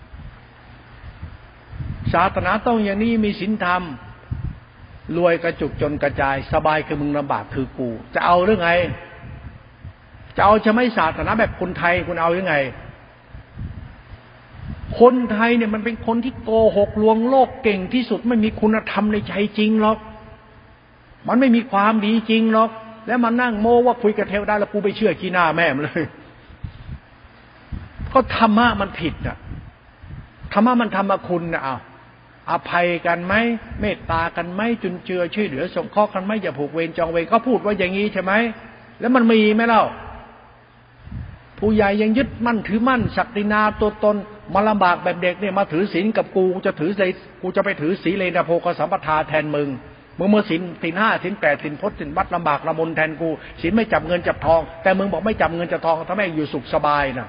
ศาสนาต้องอย่างนี้มีศีลธรรมรวยกระจุกจนกระจายสบายคือมึงลำบากคือกูจะเอาเรื่องไงจะเอาจะไม่ศาสนาแบบคนไทยคุณเอายังไงคนไทยเนี่ยมันเป็นคนที่โกหกลวงโลกเก่งที่สุดไม่มีคุณธรรมในใจจริงหรอกมันไม่มีความดีจริงหรอกแล้วมานั่งโม้ว่าคุยกับเทวดาแล้วกูไปเชื่อขี้หน้าแม่มันเลยก็ธรรมะมันผิดอ่ะธรรมะมันธรรมคุณนะเอาอภัยกันไหมเมตตากันไหมจุนเจือช่วยเหลือสงเคราะห์กันไหมอย่าผูกเวรจองเวรก็พูดว่าอย่างนี้ใช่ไหมแล้วมันมีไหมเล่าผู้ใหญ่ยังยึดมั่นถือมั่นศักดินาตัวตนมาลำบากแบบเด็กเนี่ยมาถือศีลกับกูจะถืออะไรกูจะไปถือศีเลนะโภคสัมปทาแทนมึงมึงเมื่อศีลศีลห้าศีลแปดศีลพจน์ศีลวัดลำบากละมุนแทนกูศีลไม่จับเงินจับทองแต่มึงบอกไม่จับเงินจับทองทำให้อยู่สุขสบายนะ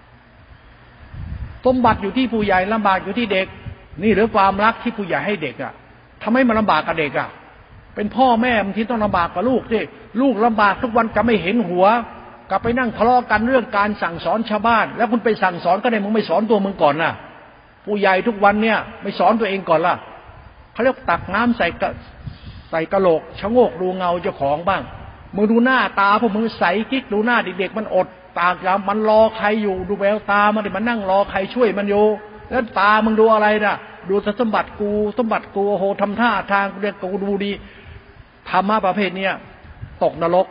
สมบัติอยู่ที่ผู้ใหญ่ลำบากอยู่ที่เด็กนี่หรือความรักที่ผู้ใหญ่ให้เด็กอ่ะทำให้มันลำบากกับเด็กอ่ะเป็นพ่อแม่บางทีต้องลำบากกับลูกที่ลูกลำบากทุกวันก็ไม่เห็นหัวกลับไปนั่งทะเลาะกันเรื่องการสั่งสอนชาวบ้านแล้วคุณไปสั่งสอนก็ได้มึงไม่สอนตัวมึงก่อนล่ะผู้ใหญ่ทุกวันเนี่ยไม่สอนตัวเองก่อนล่ะเขาเรียกตักน้ำใส่กระใส่กระโหลกชะโงกดูเงาเจ้าของบ้างมึงดูหน้าตาพวกมึงใสกิ๊กดูหน้าเด็กๆมันอดตากยามมันรอใครอยู่ดูแววตามันดิมันนั่งรอใครช่วยมันอยู่แล้วตามึงดูอะไรน่ะดูสมบัติกูสมบัติกูโอ้โหทำท่าทางเรียกกูดูดีธรรมะประเภทเนี้ยตกนรก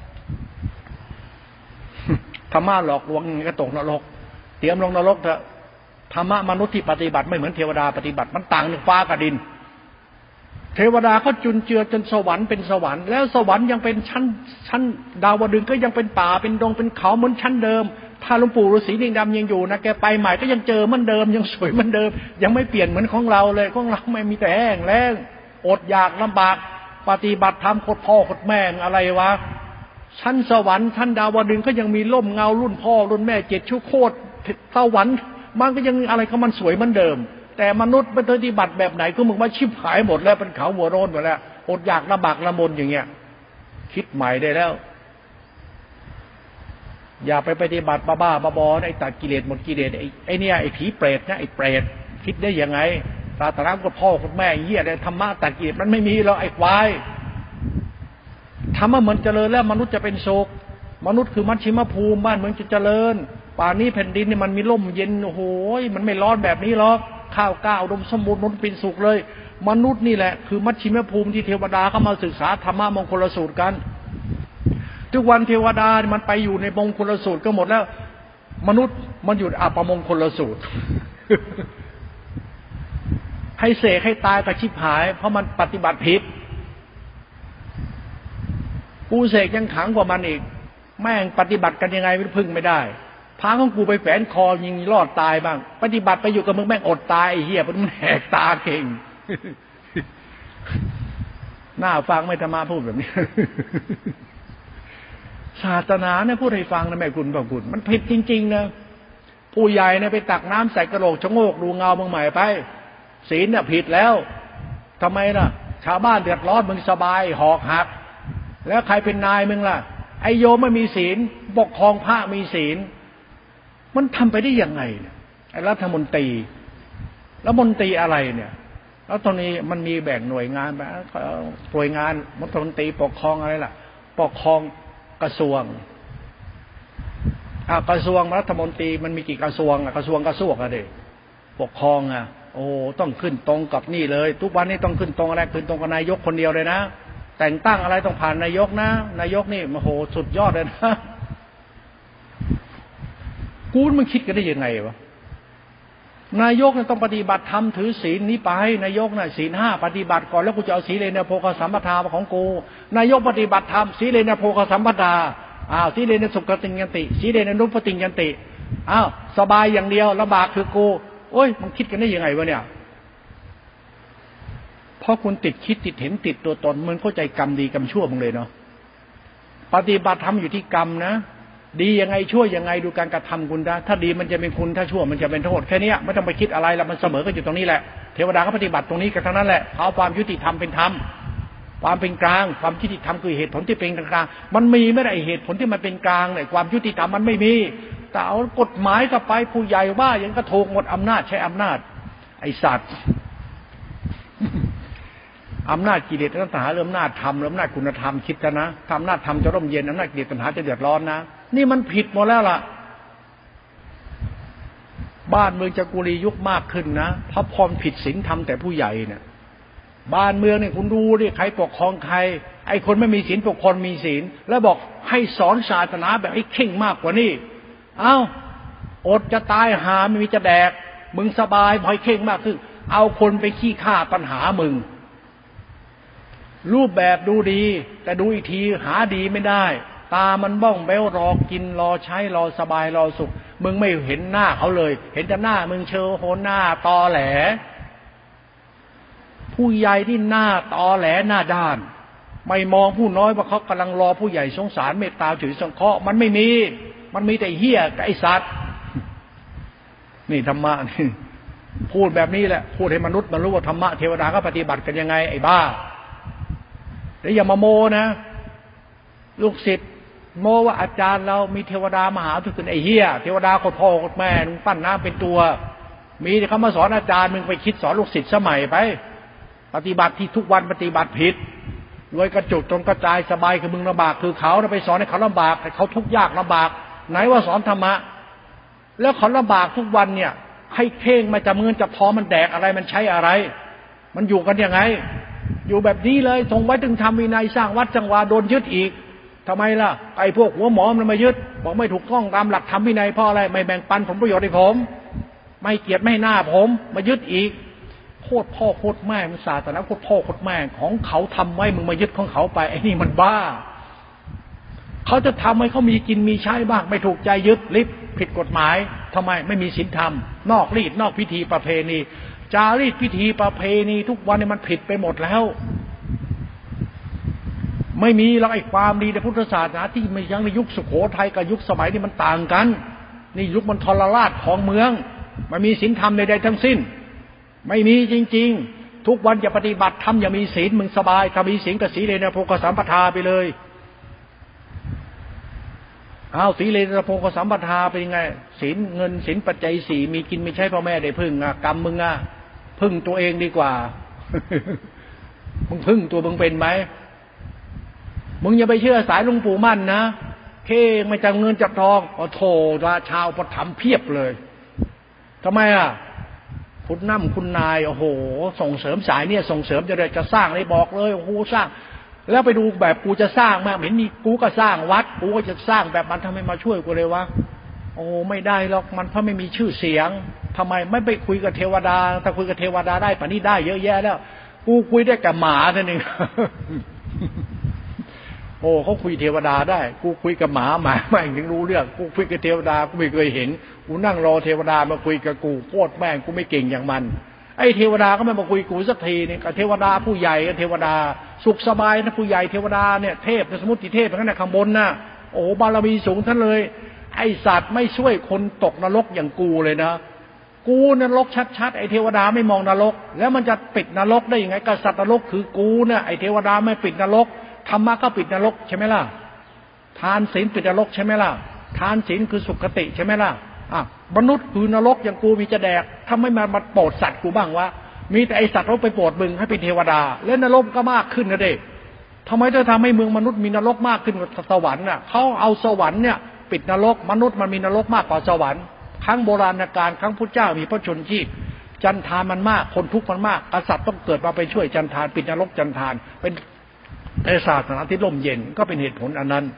ธรรมะหลอกลวงก็ตกนรกเตรียมลงนรกเถอะธรรมะมนุษย์ที่ปฏิบัติไม่เหมือนเทวดาปฏิบัติมันต่างจากฟ้ากับดินเทวดาเขาจุนเจือจนสวรรค์เป็นสวรรค์แล้วสวรรค์ยังเป็นชั้นชั้นดาวดึงก็ยังเป็นป่าเป็นดงเป็นเขาเหมือนชั้นเดิมถ้าหลวงปู่ฤาษีลิงดำยังอยู่นะแกไปใหม่ก็ยังเจอเหมือนเดิมยังสวยเหมือนเดิมยังไม่เปลี่ยนเหมือนของเราเลยของเราไม่มีแต่แห้งแล้งอดอยากลำบากปฏิบัติธรรมโคตรพ่อโคตรแม่อะไรวะชั้นสวรรค์ชั้นดาวดึงก็ยังมีร่มเงารุ่นพ่อรุ่นแม่เจ็ดชั่วโคตรสวรรค์มันก็ยังอะไรก็มันสวยเหมือนเดิมแต่มนุษย์ปฏิบัติแบบไหนก็มึงว่าชิบหายหมดแล้วเป็นเขาหัวโรนหมดแล้วอดอยากลำบากละมนอย่างเงี้ยคิดใหม่ได้แล้วอย่าไปปฏิบัติบ้าๆบอๆไอ้ตัดกิเลสหมดกิเลสไอ้ไอ้เนี่ยไอ้ผีเปรตนะไอ้เปรตคิดได้ยังไงศาสนาก็พ่อคุณแม่เหี้ยอะไรธรรมะตัดกิเลสมันไม่มีหรอกไอ้ควายทำให้มันเจริญแล้วมนุษย์จะเป็นโศกมนุษย์คือมัชชิมภูมิบ้านเมืองจะเจริญป่านนี้แผ่นดินเนี่ยมันมีร่มเย็นโอ้โหมันไม่ร้อนแบบนี้หรอกข้าวกล้าอุดมสมบูรณ์มนุษย์เป็นสุขเลยมนุษย์นี่แหละคือมัชชิมภูมิที่เทวดาเข้ามาศึกษาธรรมะมงคลสูตรกันทุกวันเทวดามันไปอยู่ในมงคลสูตรก็หมดแล้วมนุษย์มันอยู่อัปมงคลสูตร ให้เสกให้ตายกับชิบหายเพราะมันปฏิบัติผิดกูเสกยังขังกว่ามันอีกแม่งปฏิบัติกันยังไงไม่พึ่งไม่ได้พาของกูไปแฝนคอยิงรอดตายบ้างปฏิบัติไปอยู่กับมึงแม่งอดตายไอ้เหี้ยมันแหกตาเก่ง น่าฟังไม่ธรรมะพูดแบบนี้ ศาสนาเนี่ยพูดให้ฟังนะแม่คุณพ่อคุณมันผิดจริงๆนะผู้ใหญ่เนี่ยไปตักน้ำใส่กระโหลกชะโงกดูเงามึงใหม่ไปศีลเนี่ยผิดแล้วทำไมล่ะชาวบ้านเดือดร้อนมึงสบายหอกหักแล้วใครเป็นนายมึงล่ะไอโยมไม่มีศีลปกครองพระมีศีลมันทำไปได้ยังไงเนี่ยไอรัฐมนตรีแล้วมนตรีอะไรเนี่ยแล้วตอนนี้มันมีแบ่งหน่วยงานแบบหน่วยงานรัฐมนตรีปกครองอะไรล่ะปกครองกระทรวงอ่ากระทรวงรัฐมนตรีมันมีกี่กระทรวงอ่ะกระทรวงกระทรวงอะเด็กปกครองอ่ะโอ้ต้องขึ้นตรงกับนี่เลยทุกวันนี้ต้องขึ้นตรงอะไรขึ้นตรงกับนายกคนเดียวเลยนะแต่งตั้งอะไรต้องผ่านนายกนะนายกนี่โอ้โหสุดยอดเลยนะกูมันคิดกันได้ยังไงวะนายกเนี่ยต้องปฏิบัติธรรมถือศีลนี้ไปนายกน่ะศีลห้าปฏิบัติก่อนแล้วกูจะเอาศีเลนะโภคสัมปทาของกูนายกปฏิบัติธรรมศีเลนะโภคสัมปทาอ้าวศีเลนะสุขติยันติศีเลนะนุปติยันติอ้าวสบายอย่างเดียวลำบากคือกูโอ้ยมึงคิดกันได้ยังไงวะเนี่ยเพราะคุณติดคิดติดเห็นติดตัวตนมึงเข้าใจกรรมดีกรรมชั่วมึงเลยเนาะปฏิบัติธรรมอยู่ที่กรรมนะดียังไงชั่วยังไงดูการกระทำคุณได้ถ้าดีมันจะเป็นคุณถ้าชั่วมันจะเป็นโทษแค่นี้ไม่ต้องไปคิดอะไรแล้วมันเสมอกันอยู่ตรงนี้แหละเทวดาก็ปฏิบัติตรงนี้กันทั้งนั้นแหละเอาความยุติธรรมเป็นธรรมความเป็นกลางความยุติธรรมคือเหตุผลที่เป็นกลางมันมีไม่ได้เหตุผลที่มันเป็นกลางเนี่ยความยุติธรรมมันไม่มีแต่เอากฎหมายเข้าไปผู้ใหญ่ว่ายังก็ถูกหมดอำนาจใช้อำนาจไอ้สัตว์อำนาจกิเลสตัณหาเรื่องอำนาจธรรมอำนาจคุณธรรมคิดกันนะทำอำนาจธรรมจะร่มเย็นอำนาจกิเลสตัณหาจะเดือดร้อนนะนี่มันผิดหมดแล้วล่ะบ้านเมืองจะกุลียุคมากขึ้นนะเพราะพรผิดศีลธรรมแต่ผู้ใหญ่เนี่ยบ้านเมืองเนี่ยคุณดูดิใครปกครองใครไอ้คนไม่มีศีลปกครองมีศีลแล้วบอกให้สอนศาสนาแบบให้เข่งมากกว่านี้เอ้าอดจะตายหาไม่มีจะแดกมึงสบายพอยเข่งมากขึ้นเอาคนไปขี้ฆ่าปัญหามึงรูปแบบดูดีแต่ดูอีกทีหาดีไม่ได้ตามันบ้องแบ้วรอกินรอใช้รอสบายรอสุขมึงไม่เห็นหน้าเขาเลยเห็นแต่หน้ามึงเชอโหหน้าตอแหลผู้ใหญ่ที่หน้าตอแหลหน้าด้านไม่มองผู้น้อยว่าเขากำลังรอผู้ใหญ่สงสารเมตตาถือสงเคราะห์มันไม่มีมันมีแต่เหี้ยกับไอ้สัตว์นี่ธรรมะนี่พูดแบบนี้แหละพูดให้มนุษย์มันรู้ว่าธรรมะเทวดาก็ปฏิบัติกันยังไงไอ้บ้าแล้วอย่ามาโมนะลูกศิษย์โมว่าอาจารย์เรามีเทวดามาหาทุกคนไอ้เหี้ยเทวดาโคตรพ่อโคตรแม่มึงปั้นน้ำเป็นตัวมีเขามาสอนอาจารย์มึงไปคิดสอนลูกศิษย์สมัยไปปฏิบัติที่ทุกวันปฏิบัติผิดรวยกระจุกจนกระจายสบายคือมึงลำบากคือเขาไปสอนให้เขาลำบากให้เขาทุกข์ยากลำบากไหนว่าสอนธรรมะแล้วเขาลำบากทุกวันเนี่ยให้เข่งมาจับเงินจับทองมันแดกอะไรมันใช้อะไรมันอยู่กันยังไงอยู่แบบนี้เลยทรงไว้ถึงทำวินัยสร้างวัดจังหวะโดนยึดอีกทำไมล่ะไอ้พวกหัวหมอมันมายึดบอกไม่ถูกต้องตามหลักธรรมวินัยเพราะอะไรไม่แบ่งปันผลประโยชน์ให้ผมไม่เกียรติไม่หน้าผมมายึดอีกโคตรพ่อโคตรแม่มันศาสนาโคตรพ่อโคตรแม่ของเขาทำไว้มึงมายึดของเขาไปไอ้นี่มันบ้าเขาจะทำให้เขามีกินมีใช้บ้างไม่ถูกใจยึดลิบผิดกฎหมายทำไมไม่มีศีลธรรมนอกรีดนอกพิธีประเพณีจารีตพิธีประเพณีทุกวันนี้มันผิดไปหมดแล้วไม่มีแล้วไอ้ความดีในพุทธศาสนาที่ไม่ยังในยุคสุโขทัยกับยุคสมัยนี้มันต่างกันนี่ยุคมันทรราชของเมืองมันมีศีลธรรมใดๆทั้งสิ้นไม่มีจริงๆทุกวันจะปฏิบัติธรรมอย่ามีศีลมึงสบายถ้ามีศีลกับศีลเลนะโภคสัมปทาไปเลยอ้าวศีลเลนะโภคสัมปทาเป็นยังไงศีลเงินศีลปัจจัยสี่มีกินไม่ใช่พ่อแม่ได้พึ่งอ่ะกรรมมึงอ่ะพึ่งตัวเองดีกว่า มึงพึ่งตัวมึงเป็นไหมมึงอย่าไปเชื่อสายหลวงปู่มั่นนะเข่งไม่จับเงินจับทองโอ้โถราชาอุปถัมภ์เพียบเลยทำไมอ่ะคุณน้ำคุณนายโอ้โหส่งเสริมสายเนี่ยส่งเสริมจะได้จะสร้างเลยบอกเลยโอ้โหสร้างแล้วไปดูแบบกูจะสร้างมาเห็นนี่กูก็สร้างวัดกูก็จะสร้างแบบมันทำไมมาช่วยกูเลยวะโอ้ไม่ได้หรอกมันเพราะไม่มีชื่อเสียงทำไมไม่ไปคุยกับเทวดาถ้าคุยกับเทวดาได้ป่ะนี่ได้เยอะแยะแล้วกูคุยได้กับหมาเท่านั้นเองโอ้เขาคุยเทวดาได้กูคุยกับหมาหมาไม่ถึงรู้เรื่องกูคุยกับเทวดากูไม่เคยเห็นกูนั่งรอเทวดามาคุยกับกูโคตรแม่งกูไม่เก่งอย่างมันไอ้เทวดาก็ไม่มาคุยกูสักทีนี่กับเทวดาผู้ใหญ่กับเทวดาสุขสบายนะผู้ใหญ่เทวดาเนี่ยเทพสมุติเทพทั้งนั้นข้างบนน่ะโอ้บารมีสูงท่านเลยไอ้สัตว์ไม่ช่วยคนตกนรกอย่างกูเลยนะกูนรกชัดๆไอ้เทวดาไม่มองนรกแล้วมันจะปิดนรกได้ยังไงกษัตริย์นรกคือกูเนี่ยไอ้เทวดาไม่ปิดนรกธรรมะก็ปิดนรกใช่ไหมล่ะทานศีลปิดนรกใช่ไหมล่ะทานศีลคือสุขติใช่ไหมล่ะอ่ะมนุษย์คือนรกอย่างกูมีจะแดกทำไมมามาโปรดสัตว์กูบ้างวะมีแต่ไอสัตว์เราไปโปรดมึงให้เป็นเทวดาแล้วนรกก็มากขึ้นนะเด็กทำไมจะทำให้เมืองมนุษย์มีนรกมากขึ้นกว่าสวรรค์น่ะเขาเอาสวรรค์เนี่ยปิดนรกมนุษย์มันมีนรกมากกว่าสวรรค์ครั้งโบราณกาลครั้งพุทธเจ้ามีพระชนชีพจันทานมันมากคนทุกข์มันมากกษัตริย์ต้องเกิดมาไปช่วยจันทานปิดนรกจันทานเป็นแต่ศาสนาที่ร่มเย็นก็เป็นเหตุผลอันนั้น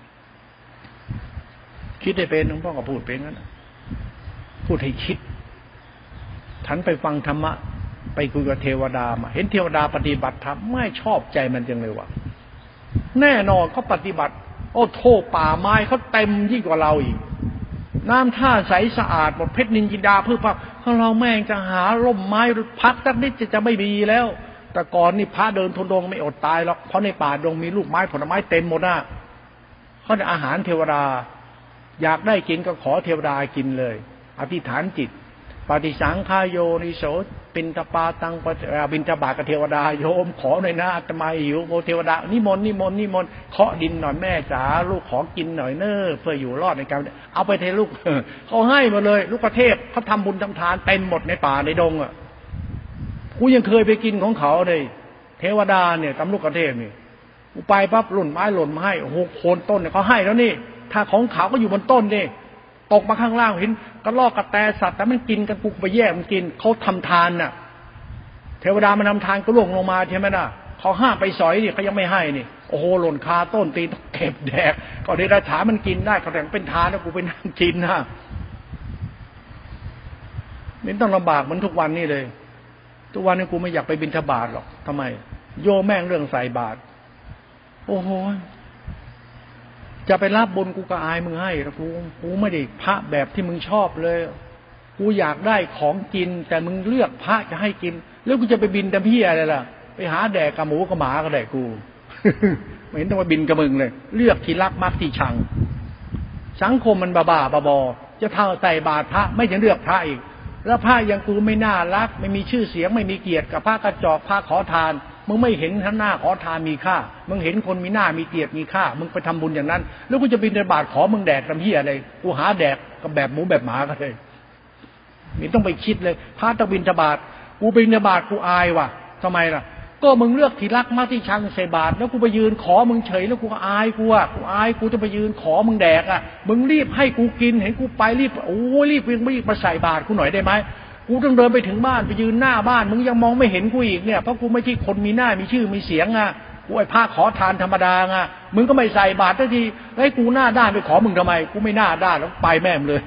คิดได้เป็นหลวงพ่อก็พูดเป็นงั้นพูดให้คิดฉันไปฟังธรรมะไปคุยกับเทวดามาเห็นเทวดาปฏิบัติธรรมไม่ชอบใจมันจังเลยว่ะแน่นอนเขาปฏิบัติโอ้โทษป่าไม้เขาเต็มยิ่งกว่าเราอีกน้ำท่าใสสะอาดหมดเพชรนินจินดาเพื่อพักถ้าเราแม่งจะหาร่มไม้พักสักนิดจะจะไม่มีแล้วแต่ก่อนนี่พระเดินทุดงไม่อดตายหรอกเพราะในป่าดงมีลูกไม้ผลไม้เต็มหมดนะเขาจะอาหารเทวดาอยากได้กินก็ขอเทวดากินเลยอธิษฐานจิตปฏิสังขายโยนิโสปินตปาตังบินตบากับเทวดาโยมขอหน่อยนะอาตมาหิวโอเทวดานิมนต์นิมนต์นิมนต์เคาะดินหน่อยแม่จ๋าลูกขอกินหน่อยเน้อเพื่ออยู่รอดในการเอาไปเทลูกเขาให้มาเลยลูกประเทศเขาทำบุญทำทานเต็มหมดในป่าในดงอ่ะกูยังเคยไปกินของเขาเลยเทวดาเนี่ยตำลูกประเทศนี่กูไปปั๊บหล่นไม้หล่นมาให้โอ้โหโคนต้นเนี่ยเขาให้แล้วนี่ถ้าของเขาก็อยู่บนต้นนี่ตกมาข้างล่างเห็นกระรอกกระแตสัตว์แต่มันกินกันกูไปแยกมันกินเขาทำทานน่ะเทวดามันทำทานก็ล่วงลงมาใช่ไหมน่ะเขาห้ามไปสอยนี่เขายังไม่ให้นี่โอ้โหหล่นคาต้นตีนต้องเก็บแดกก็เดรัจฉานมันกินได้เขาแต่งเป็นทานแล้วกูไปนั่งกินนะนี่ต้องลำบากเหมือนทุกวันนี่เลยทุกวันนี้กูไม่อยากไปบิณฑบาตหรอกทำไมโยแม่งเรื่องใส่บาตรโอ้โหจะไปรับบุญกูก็อายมึงให้นะกูกูไม่ได้พระแบบที่มึงชอบเลยกูอยากได้ของกินแต่มึงเลือกพระจะให้กินแล้วกูจะไปบินแต่พี่อะไรล่ะไปหาแดกกับหมูกับหมาก็ได้กู ไม่เห็นต้องมาบินกับมึงเลยเลือกที่รักมักที่ชังสังคมมันบ้าบ้าบอจะเท่าใส่บาตรพระไม่จะเลือกพระอีกแล้วพระยังกูไม่น่ารักไม่มีชื่อเสียงไม่มีเกียรติกับพระกระจอกพระขอทานมึงไม่เห็นท่านหน้าขอทานมีค่ามึงเห็นคนมีหน้ามีเกียรติมีค่ามึงไปทำบุญอย่างนั้นแล้วกูจะบิณฑบาตขอมึงแดกทำเหี้ยอะไรกูหาแดกกับแบบหมูแบบหมาก็เลยนี่ต้องไปคิดเลยพระต้องบิณฑบาตกูบิณฑบาตกูอายว่ะทำไมล่ะก็มึงเลือกที่รักมากที่ชังใส่บาตรแล้วกูไปยืนขอมึงเฉยแล้วกูก็อายกูอ่ะกูอายกูจะไปยืนขอมึงแดกอ่ะมึงรีบให้กูกินเห็นกูไปรีบโอ้รีบวิ่งรีบมาใส่บาตรกูหน่อยได้ไหมกูต้องเดินไปถึงบ้านไปยืนหน้าบ้านมึงยังมองไม่เห็นกูอีกเนี่ยเพราะกูไม่ใช่คนมีหน้ามีชื่อมีเสียงอ่ะกูไอ้ผ้าขอทานธรรมดาอ่ะมึงก็ไม่ใส่บาตรสักทีไอ้กูหน้าด้านไปขอมึงทำไมกูไม่หน้าด้านแล้วไปแม่มเลย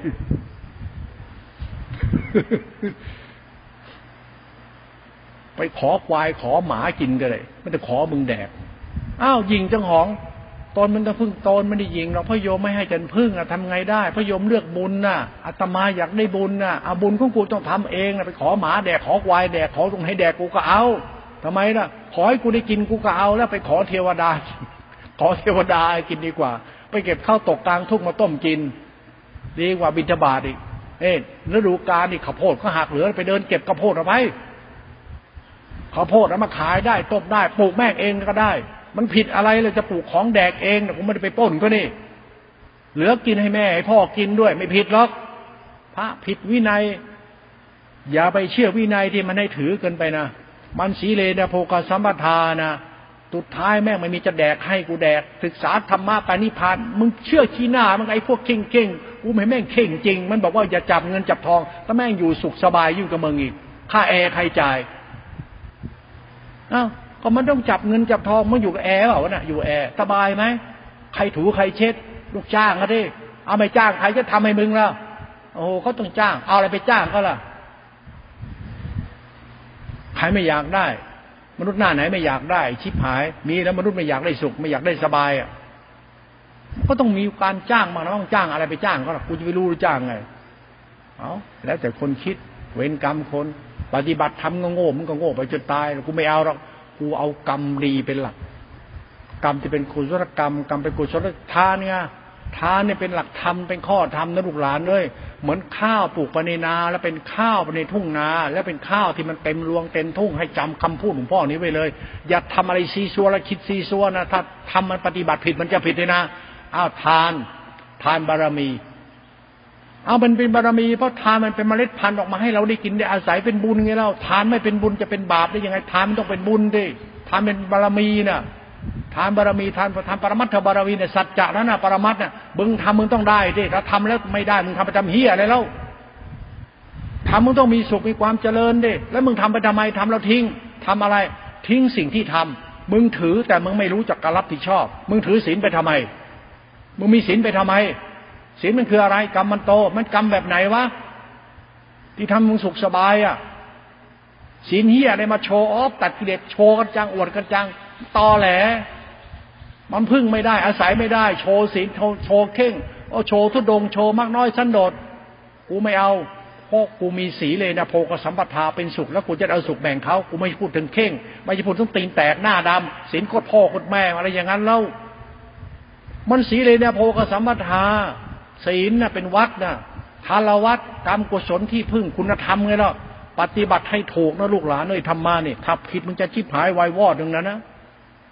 ไปขอควายขอหมากินกันเลยไม่ได้ขอมึงแดกอ้าวยิงจังหองตนมันจะพึ่งตนไม่ได้ยิงหรอกพระโยมไม่ให้จันพึ่งอ่ะทำไงได้พระโยมเลือกบุญน่ะอาตมาอยากได้บุญน่ะเอาบุญของกูต้องทำเองนะไปขอหมาแดกขอควายแดกขอตรงให้แดกกูก็เอาทำไมล่ะขอให้กูได้กินกูก็เอาแล้วไปขอเทวดาขอเทวดากินดีกว่าไปเก็บข้าวตกกลางทุ่งมาต้มกินดีกว่าบิณฑบาตอีกเอ๊ะฤดูกาลนี่ข้าวโพดก็หักเหลือไปเดินเก็บข้าวโพดเอาไว้ข้าวโพดเอามาขายได้ต้มได้ปลูกแม่งเองก็ได้มันผิดอะไรเลยจะปลูกของแดกเองแต่ผมไม่ได้ไปปล้นก็นี่เหลือกินให้แม่ให้พ่อกินด้วยไม่ผิดหรอกพระผิดวินัยอย่าไปเชื่อวินัยที่มันให้ถือเกินไปนะมันสีเลนะโภคสัมปทานะสุดท้ายแม่งไม่มีจะแดกให้กูแดกศึกษาธรรมะปณิพานมึงเชื่อขี้หน้ามึงไอ้พวกเข่งเข่งกูไม่แม่งเข่งจริงมันบอกว่าอย่าจับเงินจับทองถ้าแม่งอยู่สุขสบายอยู่กับมึงอีกค่าแอร์ใครจ่ายอ้าวก็มันต้องจับเงินจับทองมันอยู่กับแอร์เปล่าวะน่ะอยู่แอร์สบายไหมใครถูใครเช็ดลูกจ้างก็ได้เอาไม่จ้างใครจะทำให้มึงล่ะโอ้เขาต้องจ้างเอาอะไรไปจ้างเขาล่ะใครไม่อยากได้มนุษย์หน้าไหนไม่อยากได้ชิบหายมีแล้วมนุษย์ไม่อยากได้สุขไม่อยากได้สบายอ่ะก็ต้องมีการจ้างมาแล้วต้องจ้างอะไรไปจ้างเขาล่ะกูจะไปรู้จ้างไงเอาแล้วแต่คนคิดเวรกรรมคนปฏิบัติทำก็โง่มึงก็โง่ไปจนตายกูไม่เอาหรอกกูเอากรรมดีเป็นหลักกรรมที่เป็นกุศลกรรมกรรมเป็นกุศลทานเนี่ยทานเนี่ยเป็นหลักธรรมเป็นข้อธรรมนะลูกหลานเลยเหมือนข้าวปลูกไปในนาแล้วเป็นข้าวไปในทุ่งนาแล้วเป็นข้าวที่มันเต็มรวงเต็มทุ่งให้จำคำพูดหลวงพ่อนี้ไว้เลยอย่าทำอะไรซีซัวแล้วคิดซีซัวนะถ้าทำมันปฏิบัติผิดมันจะผิดเลยนะอ้าวทานทานบารมีเอามันเป็นบารมีเพราะทานมันเป็นเมล็ดพันธุ์ออกมาให้เราได้กินได้อาศัยเป็นบุญไงเราทานไม่เป็นบุญจะเป็นบาปได้ยังไงทานมันต้องเป็นบุญดิทานเป็นบารมีน่ะทานบารมีทานทานปรมัตถบารมีเนี่ยสัจจะนั้นน่ะปรมัตถ์น่ะมึงทำมึงต้องได้ดิถ้าทำแล้วไม่ได้มึงทำไปทำเหี้ยอะไรแล้วทำมึงต้องมีสุขมีความเจริญดิแล้วมึงทำไปทำไมทำแล้วทิ้งทำอะไรทิ้งสิ่งที่ทำมึงถือแต่มึงไม่รู้จักการรับผิดชอบมึงถือศีลไปทำไมมึงมีศีลไปทำไมศีลมันคืออะไรกรรมมันโตมันกรรมแบบไหนวะที่ทำมึงสุขสบายอ่ะศีลเหี้ยอะไรมาโชว์ออฟตัดกิเลสโชว์กันจังอวดกันจังตอแหลมันพึ่งไม่ได้อาศัยไม่ได้โชว์ศีลโชว์เข่งเอาโชว์ทุดงโชว์มากน้อยสันโดษกูไม่เอาเพราะกูมีสีเลยนะโพกสัมปทาเป็นสุขแล้วกูจะเอาสุขแบ่งเขากูไม่พูดถึงเข่งไม่จะพูดถึงตีนแตกหน้าดำศีลโคตรพ่อโคตรแม่อะไรอย่างนั้นเล่ามันสีเลยนะโพกสัมปทาศีลน่ะเป็นวัดน่ะทานวัดกรรมกุศลที่พึ่งคุณธรรมไงล่ะปฏิบัติให้ถูกนะลูกหลานเอ้ยธรรมะนี่ถ้าผิดมึงจะชิบหายวายวอดนึงนะนะ